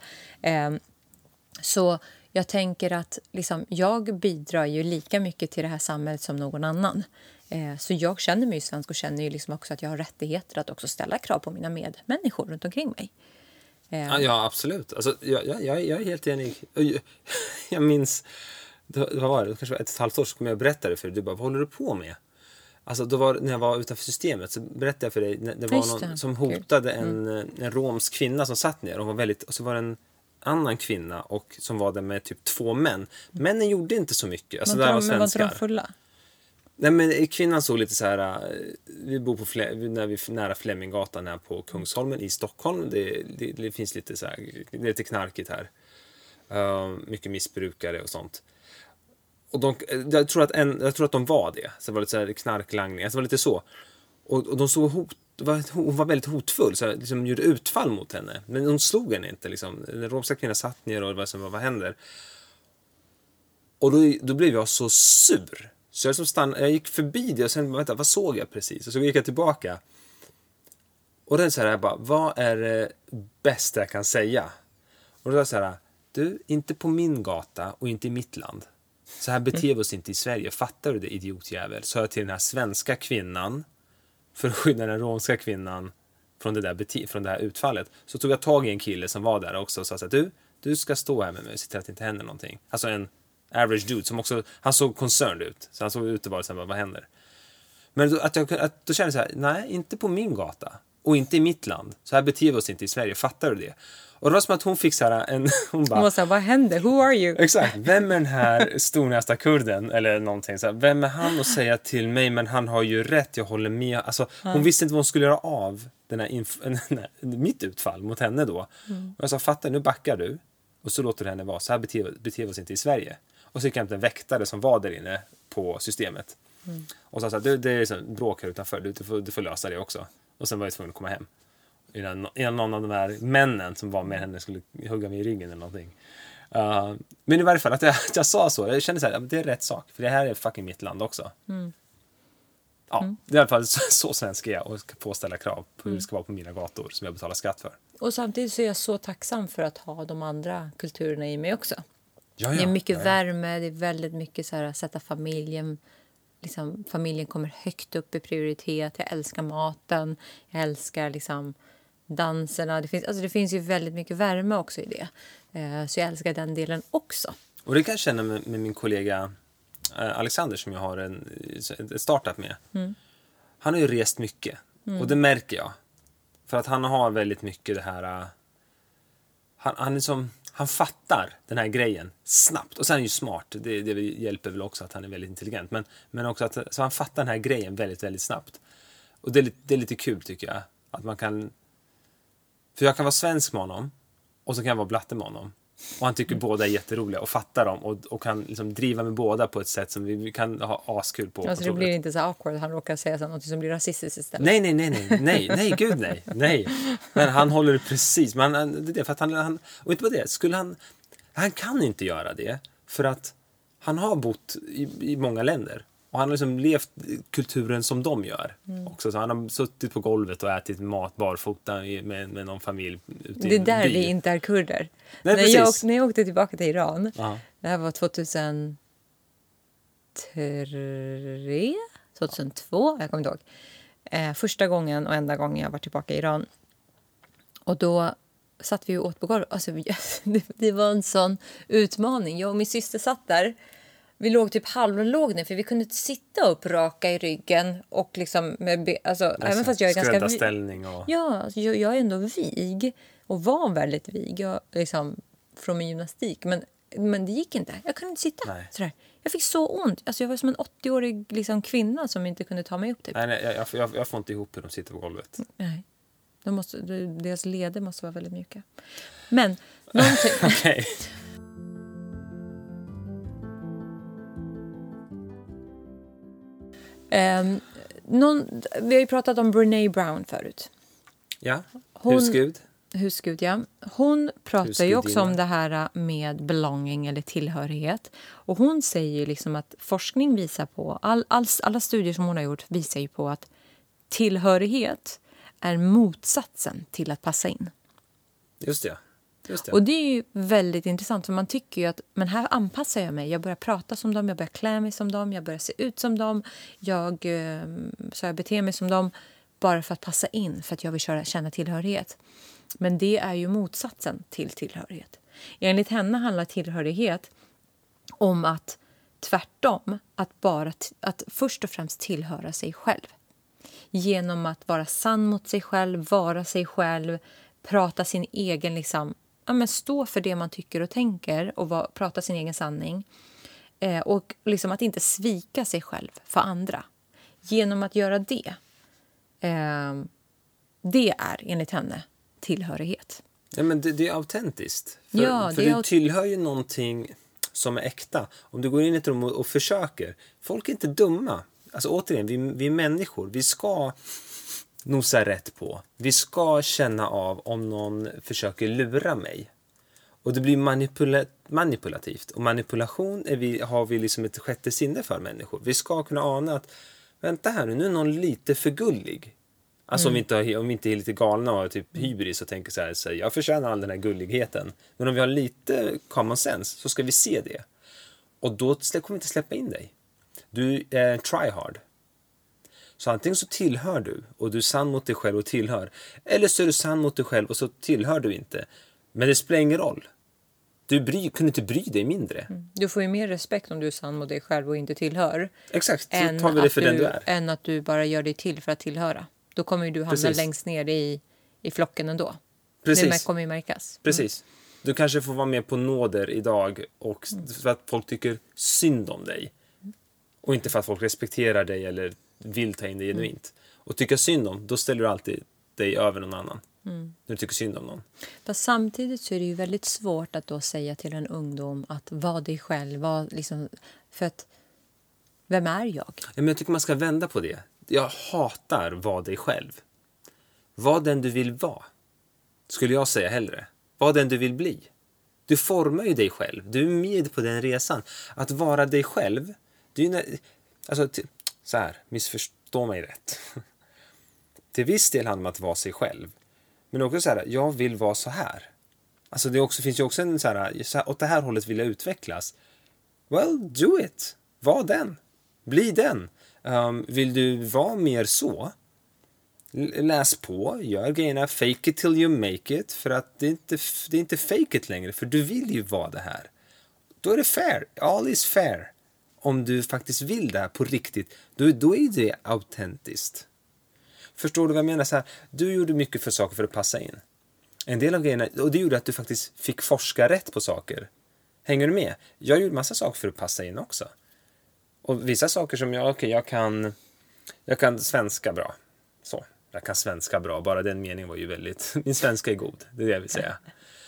Så jag tänker att liksom, jag bidrar ju lika mycket till det här samhället som någon annan. Så jag känner mig svensk och känner ju liksom också att jag har rättigheter att också ställa krav på mina medmänniskor runt omkring mig. Ja, absolut. Alltså, jag är helt enig. Jag minns... Vad var det? Kanske var 1,5 år så kom jag och berättade för dig. Du bara, vad håller du på med? Alltså, när jag var utanför systemet så berättade jag för dig. Det var någon som hotade en romsk kvinna som satt ner. Och så var det en annan kvinna som var där med typ 2 män. Männen gjorde inte så mycket. Alltså, Men var inte de fulla? Nej, men kvinnan såg lite så här. Vi bor nära Fleminggatan här på Kungsholmen i Stockholm. Det finns lite så här, det är lite knarkigt här. Mycket missbrukare och sånt. Och jag tror att de var det. Så det var lite så här knarklangning. Alltså det var lite så. Och de såg hon var väldigt hotfull. Så liksom gjorde utfall mot henne. Men hon slog henne inte. Liksom. Den romska kvinnan satt ner och vad händer? Och då blev jag så sur. Så jag gick förbi det och sen, vänta, vad såg jag precis? Och så gick jag tillbaka. Och den så här, jag bara, vad är det bästa jag kan säga? Och då var jag så här, du, inte på min gata och inte i mitt land. Så här beter vi oss inte i Sverige. Fattar du det, idiotjävel? Så jag till den här svenska kvinnan för att skydda den romska kvinnan från det här utfallet. Så tog jag tag i en kille som var där också och sa så här, du ska stå här med mig och se till att det inte händer någonting. Alltså en average dude som också, han såg concerned ut. Så han såg ut och bara så här, vad händer? Men då kände jag så här, nej, inte på min gata. Och inte i mitt land. Så här beter vi oss inte i Sverige. Fattar du det? Och det var som att hon fick så här hon bara, vad händer? Who are you? Exakt. Vem är den här stornästa kurden? Eller någonting. Så här, vem är han att säga till mig? Men han har ju rätt, jag håller med. Alltså, hon visste inte vad hon skulle göra av mitt utfall mot henne då. Och jag sa, fatta, nu backar du. Och så låter du henne vara. Så här beter vi oss inte i Sverige. Och så gick jag hem till en väktare som var där inne på systemet. Och så sa, det är så bråk här utanför. Du får lösa det också. Och sen var jag tvungen att komma hem. Innan någon av de här männen som var med henne skulle hugga mig i ryggen eller någonting. Men i varje fall att jag sa så. Jag kände så här, det är rätt sak. För det här är fucking mitt land också. Ja, det är i alla fall så svensk är jag. Och ska påställa krav på hur det ska vara på mina gator som jag betalar skatt för. Och samtidigt så är jag så tacksam för att ha de andra kulturerna i mig också. Ja, det är mycket värme. Det är väldigt mycket så här, sätta familjen. Liksom, familjen kommer högt upp i prioritet. Jag älskar maten. Jag älskar liksom danserna. Det finns ju väldigt mycket värme också i det. Så jag älskar den delen också. Och det kan jag känna med min kollega Alexander som jag har en startup med. Han har ju rest mycket. Och det märker jag. För att han har väldigt mycket det här... han fattar den här grejen snabbt. Och sen är han ju smart. Det hjälper väl också att han är väldigt intelligent. Men också att så han fattar den här grejen väldigt, väldigt snabbt. Och det är lite kul tycker jag. Att man kan... För jag kan vara svensk med honom. Och så kan jag vara blatte med honom. Och han tycker båda är jätteroliga och fattar dem. Och kan liksom driva med båda på ett sätt som vi kan ha askul på. Alltså det blir inte så awkward. Han råkar säga något som blir rasistiskt istället. Nej, gud nej. Men han håller det precis. Men det är för att han och inte bara det. Han kan inte göra det. För att han har bott i många länder. Och han har liksom levt kulturen som de gör. Också, så han har suttit på golvet och ätit mat barfota med någon familj ute det är där vi inte är kurder. Nej, när jag åkte tillbaka till Iran. Ja. Det här var 2003, 2002, jag kommer inte ihåg. Första gången och enda gången jag var tillbaka i Iran. Och då satt vi och åt på golvet. Alltså, det var en sån utmaning. Jag och min syster satt där. Vi låg typ halvlåg ner för vi kunde inte sitta upp raka i ryggen och liksom även fast jag är ganska ställning och... Ja, alltså jag är ändå vig och var väldigt vig liksom från min gymnastik men det gick inte. Jag kunde inte sitta sådär. Jag fick så ont. Alltså jag var som en 80-årig liksom kvinna som inte kunde ta mig upp typ. Nej, jag får inte ihop hur de sitter på golvet. Nej. Deras leder måste vara väldigt mjuka. Men någonting Okej. Vi har ju pratat om Brené Brown förut. Ja, husgud, ja. Hon pratar ju också om det här med belonging eller tillhörighet. Och hon säger ju liksom att forskning visar på, alla studier som hon har gjort visar ju på att tillhörighet är motsatsen till att passa in. Just det. Och det är ju väldigt intressant för man tycker ju att men här anpassar jag mig. Jag börjar prata som dem, jag börjar klä mig som dem, jag börjar se ut som dem. Jag beter mig som dem bara för att passa in, för att jag vill känna tillhörighet. Men det är ju motsatsen till tillhörighet. Enligt henne handlar tillhörighet om att tvärtom, att först och främst tillhöra sig själv. Genom att vara sann mot sig själv, vara sig själv, prata sin egen liksom, stå för det man tycker och tänker och prata sin egen sanning. Och liksom att inte svika sig själv för andra. Genom att göra det. Det är enligt henne tillhörighet. Ja, men det är autentiskt. För du tillhör ju någonting som är äkta. Om du går in i ett rum och försöker. Folk är inte dumma. Alltså återigen, vi är människor. Vi ska nosa rätt på. Vi ska känna av om någon försöker lura mig. Och det blir manipulativt. Och manipulation har vi liksom ett sjätte sinne för människor. Vi ska kunna ana att vänta här nu är någon lite för gullig. Alltså om vi inte är lite galna och typ hybris och tänker så här, jag förtjänar all den här gulligheten. Men om vi har lite common sense så ska vi se det. Och då kommer vi inte släppa in dig. Du är en tryhard. Så antingen så tillhör du och du är sann mot dig själv och tillhör. Eller så är du sann mot dig själv och så tillhör du inte. Men det spelar ingen roll. Du kunde inte bry dig mindre. Du får ju mer respekt om du är sann mot dig själv och inte tillhör. Exakt, så tar vi det för den du är. Än att du bara gör dig till för att tillhöra. Då kommer ju du hamna längst ner i flocken ändå. Precis. Det kommer ju märkas. Precis. Du kanske får vara med på nåder idag och för att folk tycker synd om dig. Och inte för att folk respekterar dig eller vill ta in dig genuint. Och tycka synd om, då ställer du alltid dig över någon annan. När du tycker synd om någon. Fast samtidigt så är det ju väldigt svårt att då säga till en ungdom att vara dig själv. För att, vem är jag? Ja, men jag tycker man ska vända på det. Jag hatar var dig själv. Var den du vill vara. Skulle jag säga hellre. Var den du vill bli. Du formar ju dig själv. Du är med på den resan. Att vara dig själv. Så här, missförstå mig rätt. Till viss del handlar det om att vara sig själv. Men också så här, jag vill vara så här. Alltså finns ju också en så här, åt det här hållet vill jag utvecklas. Well, do it. Var den. Bli den. Vill du vara mer så? Läs på, gör grejerna, fake it till you make it. För att det är inte fake it längre, för du vill ju vara det här. Då är det fair, all is fair. Om du faktiskt vill det här på riktigt, då är det autentiskt. Förstår du vad jag menar? Så här, du gjorde mycket för saker för att passa in. En del av grejerna, och det gjorde att du faktiskt fick forska rätt på saker. Hänger du med? Jag gjorde massa saker för att passa in också. Och vissa saker som jag kan svenska bra. Så, jag kan svenska bra. Bara den meningen var ju väldigt... Min svenska är god, det är det jag vill säga.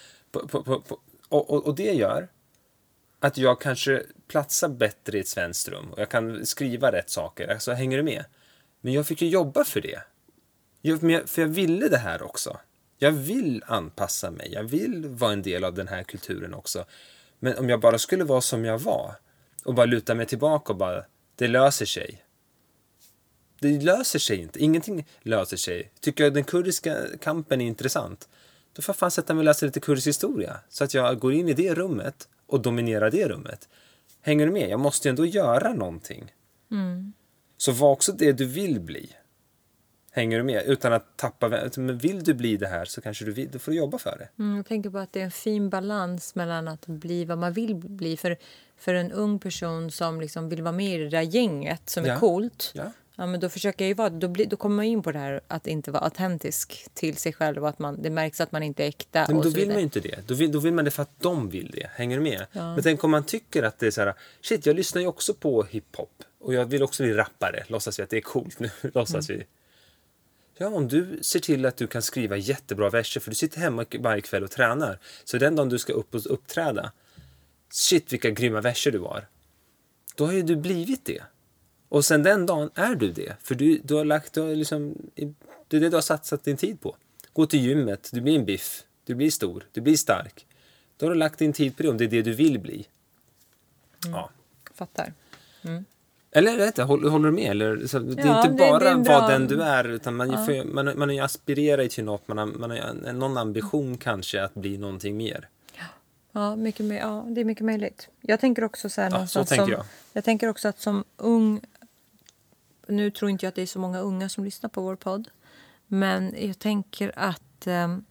Och det gör att jag kanske platsar bättre i ett svenskt rum. Och jag kan skriva rätt saker. Alltså, hänger du med? Men jag fick ju jobba för det. För jag ville det här också. Jag vill anpassa mig. Jag vill vara en del av den här kulturen också. Men om jag bara skulle vara som jag var och bara luta mig tillbaka och bara, det löser sig. Det löser sig inte. Ingenting löser sig. Tycker jag den kurdiska kampen är intressant, då får jag fan sätta mig och läsa lite kurdisk historia. Så att jag går in i det rummet och dominerar det rummet. Hänger du med? Jag måste ju ändå göra någonting. Så var också det du vill bli. Hänger du med? Utan att tappa... Men vill du bli det här så kanske du vill. Då får du jobba för det. Jag tänker på att det är en fin balans mellan att bli vad man vill bli. För en ung person som liksom vill vara med i det där gänget som är coolt. Ja, men då försöker jag ju vara... Då kommer man in på det här att inte vara autentisk till sig själv. Och att det märks att man inte är äkta. Men då vill man ju inte det. Då vill man det för att de vill det. Hänger du med? Ja. Men tänk om man tycker att det är så här... Shit, jag lyssnar ju också på hiphop. Och jag vill också bli rappare. Låtsas vi att det är coolt nu. Låtsas vi... Ja, om du ser till att du kan skriva jättebra verser, för du sitter hemma varje kväll och tränar. Så den dagen du ska upp och uppträda, shit vilka grymma verser du har. Då har ju du blivit det. Och sen den dagen är du det. För du har liksom, det är det du har satsat din tid på. Gå till gymmet, du blir en biff, du blir stor, du blir stark. Då har du lagt din tid på det om det är det du vill bli. Ja. Fattar. Eller rätt, håller du med? Eller, så det är inte bara vad den du är, utan man har ju aspirerat till något, man har någon ambition kanske att bli någonting mer. Ja, mycket mer, ja, det är mycket möjligt. Jag tänker också så här, så tänker jag. Jag tänker också att som ung, nu tror inte jag att det är så många unga som lyssnar på vår podd, men jag tänker att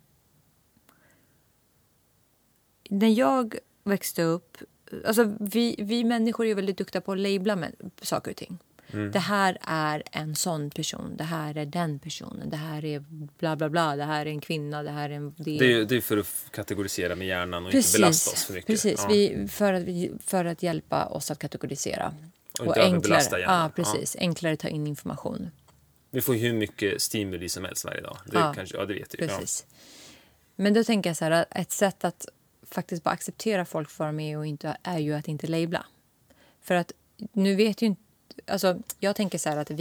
när jag växte upp, alltså vi människor är väldigt duktiga på att labla saker och ting. Det här är en sån person, det här är den personen, det här är bla bla bla, det här är en kvinna, det här är en... Det är för att kategorisera med hjärnan och inte belasta oss för mycket. Precis, för att hjälpa oss att kategorisera. Och inte överbelasta hjärnan. Ja, precis. Enklare ta in information. Vi får hur mycket stimuli som helst varje dag. Det vet du. Precis. Ja. Men då tänker jag så här, ett sätt att faktiskt bara acceptera folk för mig och inte är ju att inte labla. För att nu vet ju inte, alltså jag tänker så här att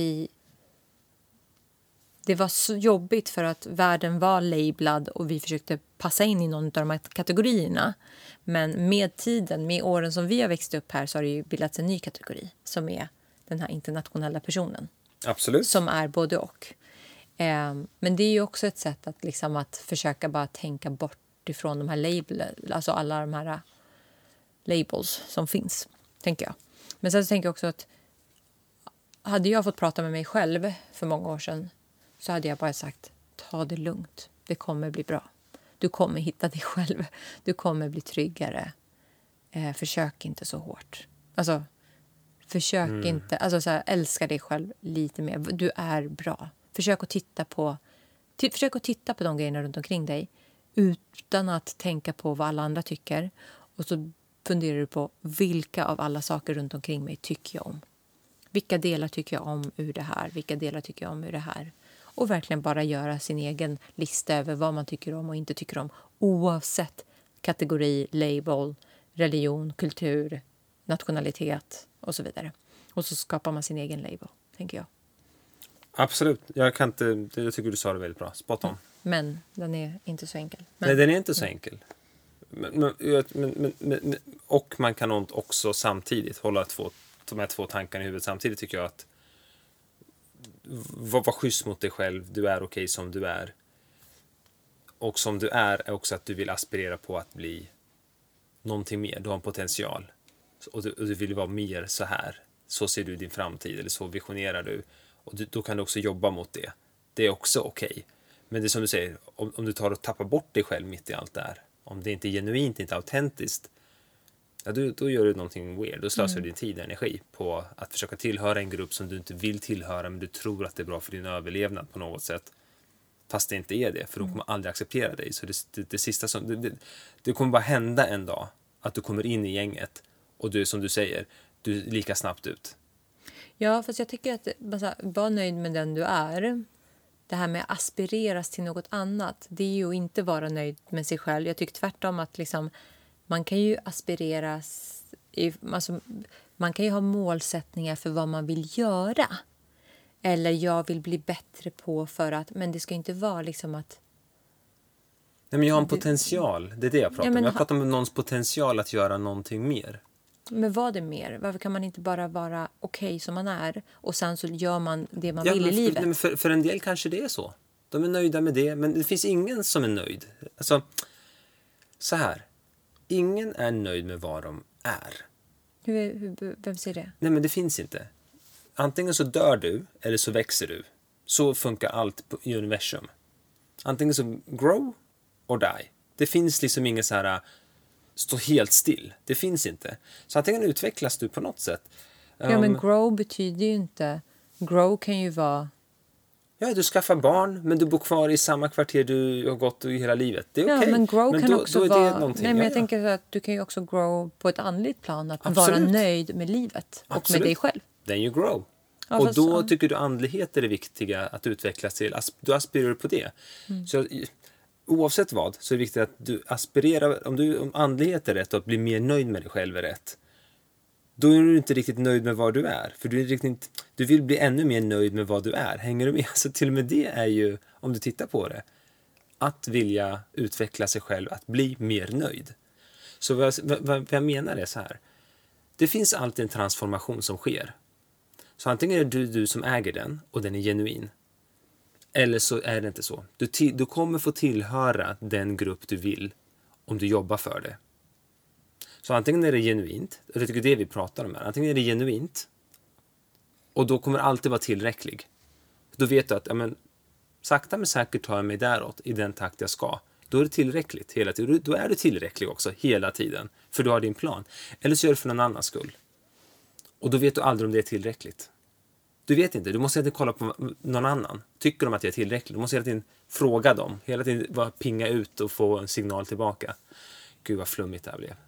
det var så jobbigt för att världen var lablad och vi försökte passa in i någon av de här kategorierna. Men med tiden, med åren som vi har växt upp här, så har det ju bildats en ny kategori som är den här internationella personen. Absolut. Som är både och. Men det är ju också ett sätt att, liksom, att försöka bara tänka bort ifrån de här alltså alla de här labels som finns, tänker jag. Men sen så tänker jag också att hade jag fått prata med mig själv för många år sedan, så hade jag bara sagt, ta det lugnt. Det kommer bli bra. Du kommer hitta dig själv. Du kommer bli tryggare. Försök inte så hårt. Alltså, försök inte. Alltså, så här, älska dig själv lite mer. Du är bra. Försök att titta på de grejerna runt omkring dig utan att tänka på vad alla andra tycker. Och så funderar du på vilka av alla saker runt omkring mig tycker jag om. Vilka delar tycker jag om ur det här? Vilka delar tycker jag om ur det här? Och verkligen bara göra sin egen lista över vad man tycker om och inte tycker om. Oavsett kategori, label, religion, kultur, nationalitet och så vidare. Och så skapar man sin egen label, tänker jag. Absolut. Jag tycker du sa det väldigt bra. Spot on. Men den är inte så enkel. Nej, den är inte så enkel. Och man kan också samtidigt hålla de här två tankarna i huvudet samtidigt, tycker jag, att var schysst mot dig själv. Du är okej som du är. Och som du är också att du vill aspirera på att bli någonting mer. Du har en potential. Och du vill vara mer så här. Så ser du din framtid, eller så visionerar du. Och då kan du också jobba mot det. Det är också okej. Men det är som du säger, om du tar och tappar bort dig själv mitt i allt det här. Om det inte är genuint, inte autentiskt. Ja, då gör du någonting weird. Då slösar du din tid och energi på att försöka tillhöra en grupp som du inte vill tillhöra, men du tror att det är bra för din överlevnad på något sätt. Fast det inte är det, för de kommer aldrig acceptera dig. Så det sista som... Det kommer bara hända en dag att du kommer in i gänget och du, som du säger, du är lika snabbt ut. Ja, fast jag tycker att var nöjd med den du är. Det här med att aspireras till något annat, det är ju inte vara nöjd med sig själv. Jag tycker tvärtom att liksom, man kan ju aspireras... man kan ju ha målsättningar för vad man vill göra. Eller jag vill bli bättre på för att... Men det ska inte vara liksom att... Nej, men jag har en potential. Det är det jag pratar om. Jag pratar om någons potential att göra någonting mer. Men vad är mer? Varför kan man inte bara vara okej som man är och sen så gör man det man vill i livet? Men för en del kanske det är så. De är nöjda med det, men det finns ingen som är nöjd. Alltså, så här. Ingen är nöjd med vad de är. Vem säger det? Nej, men det finns inte. Antingen så dör du eller så växer du. Så funkar allt i universum. Antingen så grow or die. Det finns liksom ingen så här stå helt still. Det finns inte. Så antingen utvecklas du på något sätt. Ja, men grow betyder ju inte... Grow kan ju vara... Ja, du skaffar barn, men du bor kvar i samma kvarter du har gått i hela livet. Det är okej. Ja, men grow kan också då vara... det någonting. Nej, men jag tänker att du kan ju också grow på ett andligt plan. Att vara nöjd med livet och Absolut. med dig själv. Then you grow. Ja, och då tycker du andlighet är det viktiga att utvecklas till. Du aspirerar på det. Så oavsett vad så är det viktigt att du aspirerar, om andlighet är rätt och att bli mer nöjd med dig själv är rätt, då är du inte riktigt nöjd med vad du är. För du vill bli ännu mer nöjd med vad du är. Hänger du med? Så till och med det är ju, om du tittar på det, att vilja utveckla sig själv, att bli mer nöjd. Så vad jag menar är så här. Det finns alltid en transformation som sker. Så antingen är det du som äger den och den är genuin. Eller så är det inte så. Du kommer få tillhöra den grupp du vill om du jobbar för det. Så antingen är det genuint, och jag tycker det vi pratar om här. Antingen är det genuint och då kommer det alltid vara tillräcklig. Då vet du att sakta men säkert tar jag mig däråt i den takt jag ska. Då är det tillräckligt hela tiden. Då är du tillräcklig också hela tiden. För du har din plan. Eller så gör du för någon annans skull. Och då vet du aldrig om det är tillräckligt. Du vet inte. Du måste hela tiden kolla på någon annan. Tycker de att det är tillräckligt? Du måste hela tiden fråga dem. Hela tiden bara pinga ut och få en signal tillbaka. Gud vad flummigt det här blev.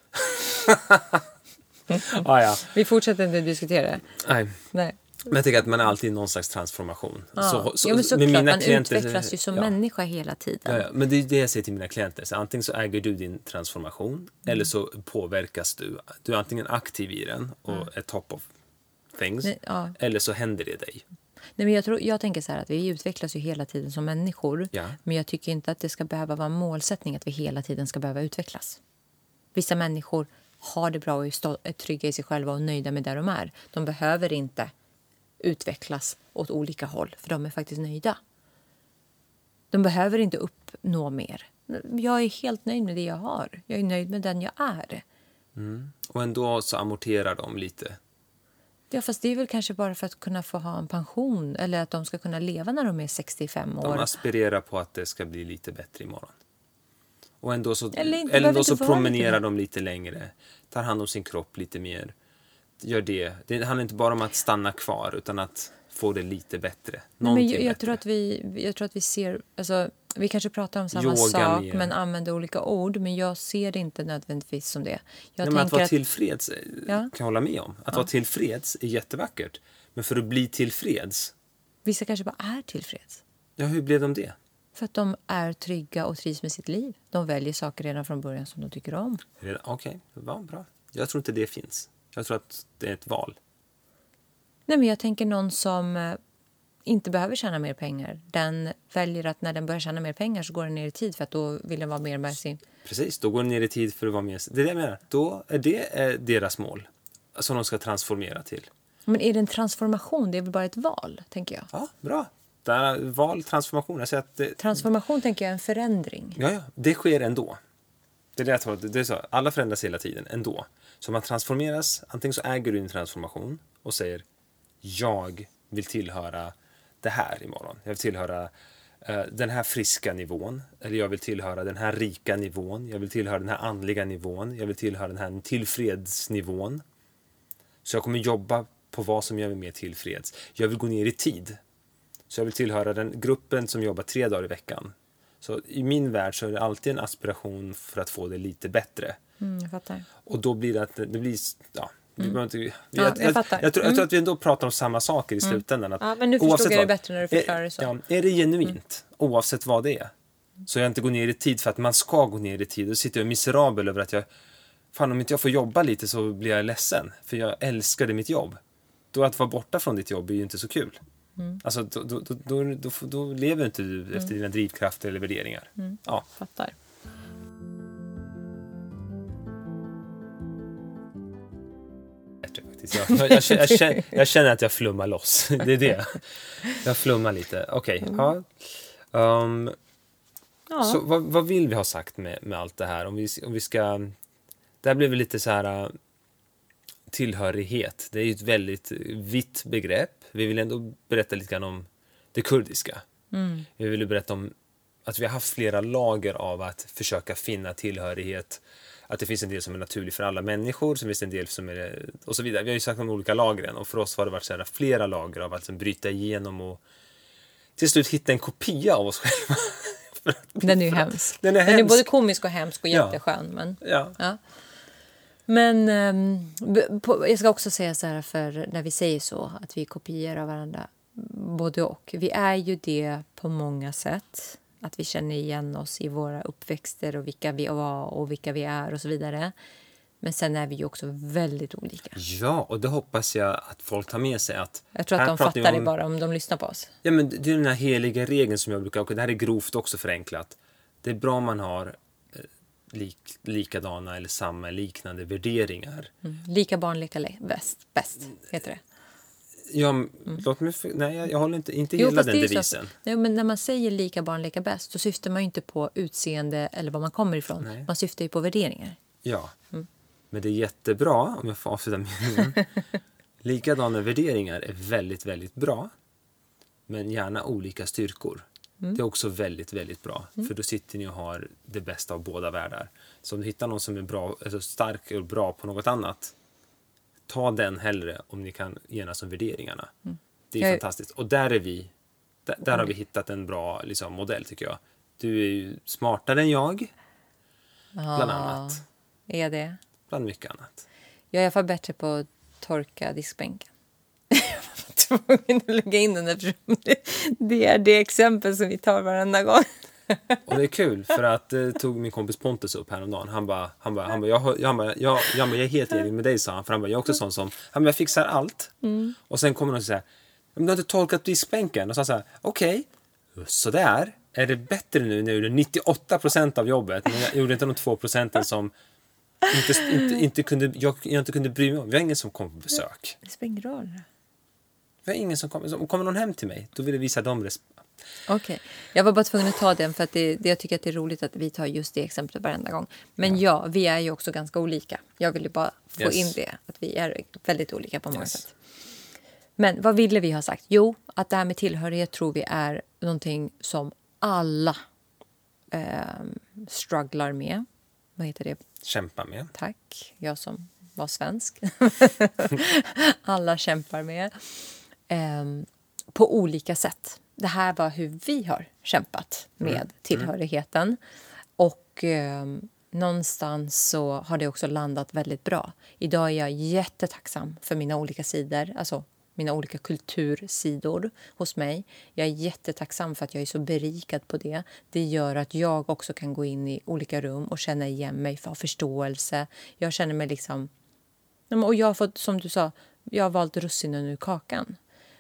Ja. Vi fortsätter inte diskutera det. Nej. Men jag tycker att man är alltid i någon slags transformation. Ja, men såklart, man utvecklas ju som människa hela tiden. Ja, men det är det jag säger till mina klienter. Så antingen så äger du din transformation eller så påverkas du. Du är antingen aktiv i den och är top of things. Eller så händer det dig. Nej, men jag tänker så här att vi utvecklas ju hela tiden som människor. Ja. Men jag tycker inte att det ska behöva vara en målsättning att vi hela tiden ska behöva utvecklas. Vissa människor har det bra och är trygga i sig själva och nöjda med där de är. De behöver inte utvecklas åt olika håll, för de är faktiskt nöjda. De behöver inte uppnå mer. Jag är helt nöjd med det jag har. Jag är nöjd med den jag är. Och ändå så amorterar de lite. Ja, fast det är väl kanske bara för att kunna få ha en pension eller att de ska kunna leva när de är 65 år. De aspirerar på att det ska bli lite bättre imorgon. Och ändå så, eller så promenerar de lite längre. Tar hand om sin kropp lite mer. Gör det. Det handlar inte bara om att stanna kvar utan att få det lite bättre. Nej, men jag tror att vi ser... Alltså, vi kanske pratar om samma sak mer. Men använder olika ord. Men jag ser det inte nödvändigtvis som det. Att vara tillfreds kan jag hålla med om. Att vara tillfreds är jättevackert. Men för att bli tillfreds... Vissa kanske bara är tillfreds. Ja, hur blev de det? För att de är trygga och trivs med sitt liv. De väljer saker redan från början som de tycker om. Okej, bra. Jag tror inte det finns. Jag tror att det är ett val. Nej, men jag tänker någon som inte behöver tjäna mer pengar. Den väljer att när den börjar tjäna mer pengar så går den ner i tid för att då vill den vara mer med sin... Precis, då går den ner i tid för att vara med. Det är det jag menar. Då är det deras mål som de ska transformera till. Men är det en transformation? Det är väl bara ett val, tänker jag. Ja, bra. Val, transformation. Jag säger att transformation tänker jag är en förändring. Ja, det sker ändå. Det är så. Alla förändras hela tiden ändå. Så man transformeras, antingen så äger du din transformation och säger jag vill tillhöra det här imorgon. Jag vill tillhöra den här friska nivån. Eller jag vill tillhöra den här rika nivån. Jag vill tillhöra den här andliga nivån. Jag vill tillhöra den här tillfredsnivån. Så jag kommer jobba på vad som gör mig mer tillfreds. Jag vill gå ner i tid. Så jag vill tillhöra den gruppen som jobbar 3 dagar i veckan. Så i min värld så är det alltid en aspiration för att få det lite bättre. Jag fattar. Och då blir det att det blir... Ja, jag fattar. Jag tror att vi ändå pratar om samma saker i slutändan. Att Ja, men nu förstod jag det bättre när du förklarar det så. Ja, är det genuint, oavsett vad det är, så jag inte går ner i tid för att man ska gå ner i tid, och sitter jag miserabel över att om inte jag får jobba lite så blir jag ledsen, för jag älskade mitt jobb. Då att vara borta från ditt jobb är ju inte så kul. Alltså då lever inte du efter dina drivkrafter eller värderingar. Ja. Fattar. Jag känner att jag flummar loss. Det är det. Jag flummar lite. Okej. Ja. Så vad vill vi ha sagt med allt det här? Om vi ska... Det här blir väl lite så här... Tillhörighet. Det är ju ett väldigt vitt begrepp. Vi vill ändå berätta lite grann om det kurdiska. Vi vill berätta om att vi har haft flera lager av att försöka finna tillhörighet. Att det finns en del som är naturlig för alla människor, som finns en del som är... Och så vidare. Vi har ju sagt om olika lagren, och för oss har det varit så här flera lager av att bryta igenom och till slut hitta en kopia av oss själva. Den är ju hemsk. Den Den är både komisk och hemsk och jätteskön. Men, ja. Men jag ska också säga så här, för när vi säger så, att vi kopierar varandra, både och. Vi är ju det på många sätt. Att vi känner igen oss i våra uppväxter och vilka vi var och vilka vi är och så vidare. Men sen är vi ju också väldigt olika. Ja, och det hoppas jag att folk tar med sig. Jag tror att de fattar det bara om de lyssnar på oss. Ja, men det är den här heliga regeln som jag brukar... Och det här är grovt också förenklat. Det är bra om man har likadana eller samma liknande värderingar. Lika barn, lika bäst heter det. Ja, låt mig... Nej, jag håller inte hela den devisen. Nej, men när man säger lika barn, lika bäst, så syftar man ju inte på utseende eller var man kommer ifrån. Nej. Man syftar ju på värderingar. Ja, men det är jättebra, om jag får avsluta meningen. Likadana värderingar är väldigt, väldigt bra. Men gärna olika styrkor. Det är också väldigt, väldigt bra. För då sitter ni och har det bästa av båda världar. Så om du hittar någon som är bra, alltså stark och bra på något annat, ta den hellre om ni kan enas om värderingarna. Det är fantastiskt. Och där är vi. Där har vi hittat en bra modell, tycker jag. Du är ju smartare än jag. Bland annat. Är det? Bland mycket annat. Jag är i alla fall bättre på att torka diskbänken. Jag var tvungen att lägga in den eftersom det är det exempel som vi tar varenda gång. Och det är kul, för att tog min kompis Pontus upp häromdagen. Han bara jag är helt enig med dig, sa han. För han bara, jag är också sån som, jag fixar allt. Och sen kommer någon och säger, men du har inte torkat diskbänken. Och så sa okej, så där. Är det bättre nu när jag gjorde 98% av jobbet, men jag gjorde inte de 2% som jag inte kunde bry mig om. Vi har ingen som kom på besök. Det spelar ingen roll. Vi har ingen som kommer någon hem till mig, då vill jag visa dem respekt. Okej. Jag var bara tvungen att ta den för att jag tycker att det är roligt att vi tar just det exemplet varenda gång. Men ja, vi är ju också ganska olika. Jag ville bara få in det, att vi är väldigt olika på många sätt. Men vad ville vi ha sagt? Jo, att det här med tillhörighet tror vi är någonting som alla strugglar med. Vad heter det? Kämpa med. Tack, jag som var svensk. Alla kämpar med. På olika sätt. Det här var hur vi har kämpat med tillhörigheten. Och någonstans så har det också landat väldigt bra. Idag är jag jättetacksam för mina olika sidor. Alltså mina olika kultursidor hos mig. Jag är jättetacksam för att jag är så berikad på det. Det gör att jag också kan gå in i olika rum och känna igen mig, för förståelse. Jag känner mig liksom... Och jag har fått, som du sa, jag har valt russinen ur kakan.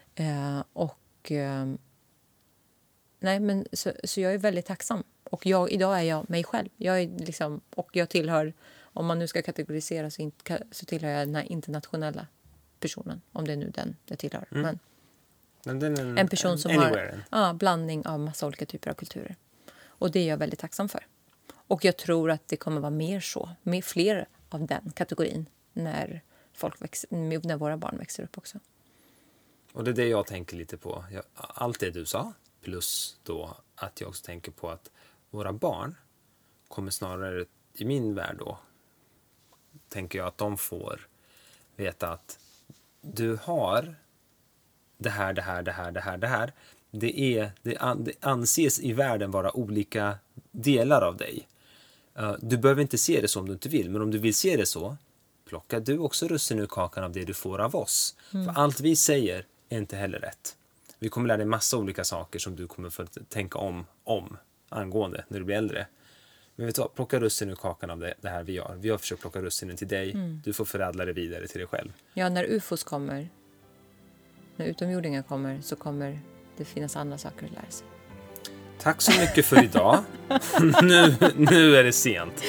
Nej, men så jag är väldigt tacksam. Och idag är jag mig själv. Jag är liksom, och jag tillhör, om man nu ska kategorisera, så tillhör jag den här internationella personen. Om det är nu den jag tillhör. Men en person som har blandning av massa olika typer av kulturer. Och det är jag väldigt tacksam för. Och jag tror att det kommer vara mer så. Med fler av den kategorin när våra barn växer upp också. Och det är det jag tänker lite på. Allt det du sa, plus då att jag också tänker på att våra barn kommer snarare, i min värld då, tänker jag att de får veta att du har det här, det anses i världen vara olika delar av dig. Du behöver inte se det så om du inte vill, men om du vill se det så, plocka du också russin ur kakan av det du får av oss. För allt vi säger är inte heller rätt. Vi kommer lära dig massa olika saker som du kommer få tänka om angående när du blir äldre. Men vet du vad, plocka russin ur kakan av det här vi gör. Vi har försökt plocka russinen till dig. Du får förädla det vidare till dig själv. Ja, när UFOs kommer, när utomjordingar kommer, så kommer det finnas andra saker att lära sig. Tack så mycket för idag. nu är det sent.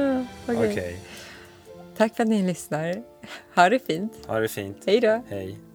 Okej. Tack för att ni lyssnar. Ha det fint. Ha det fint. Hej då. Hej.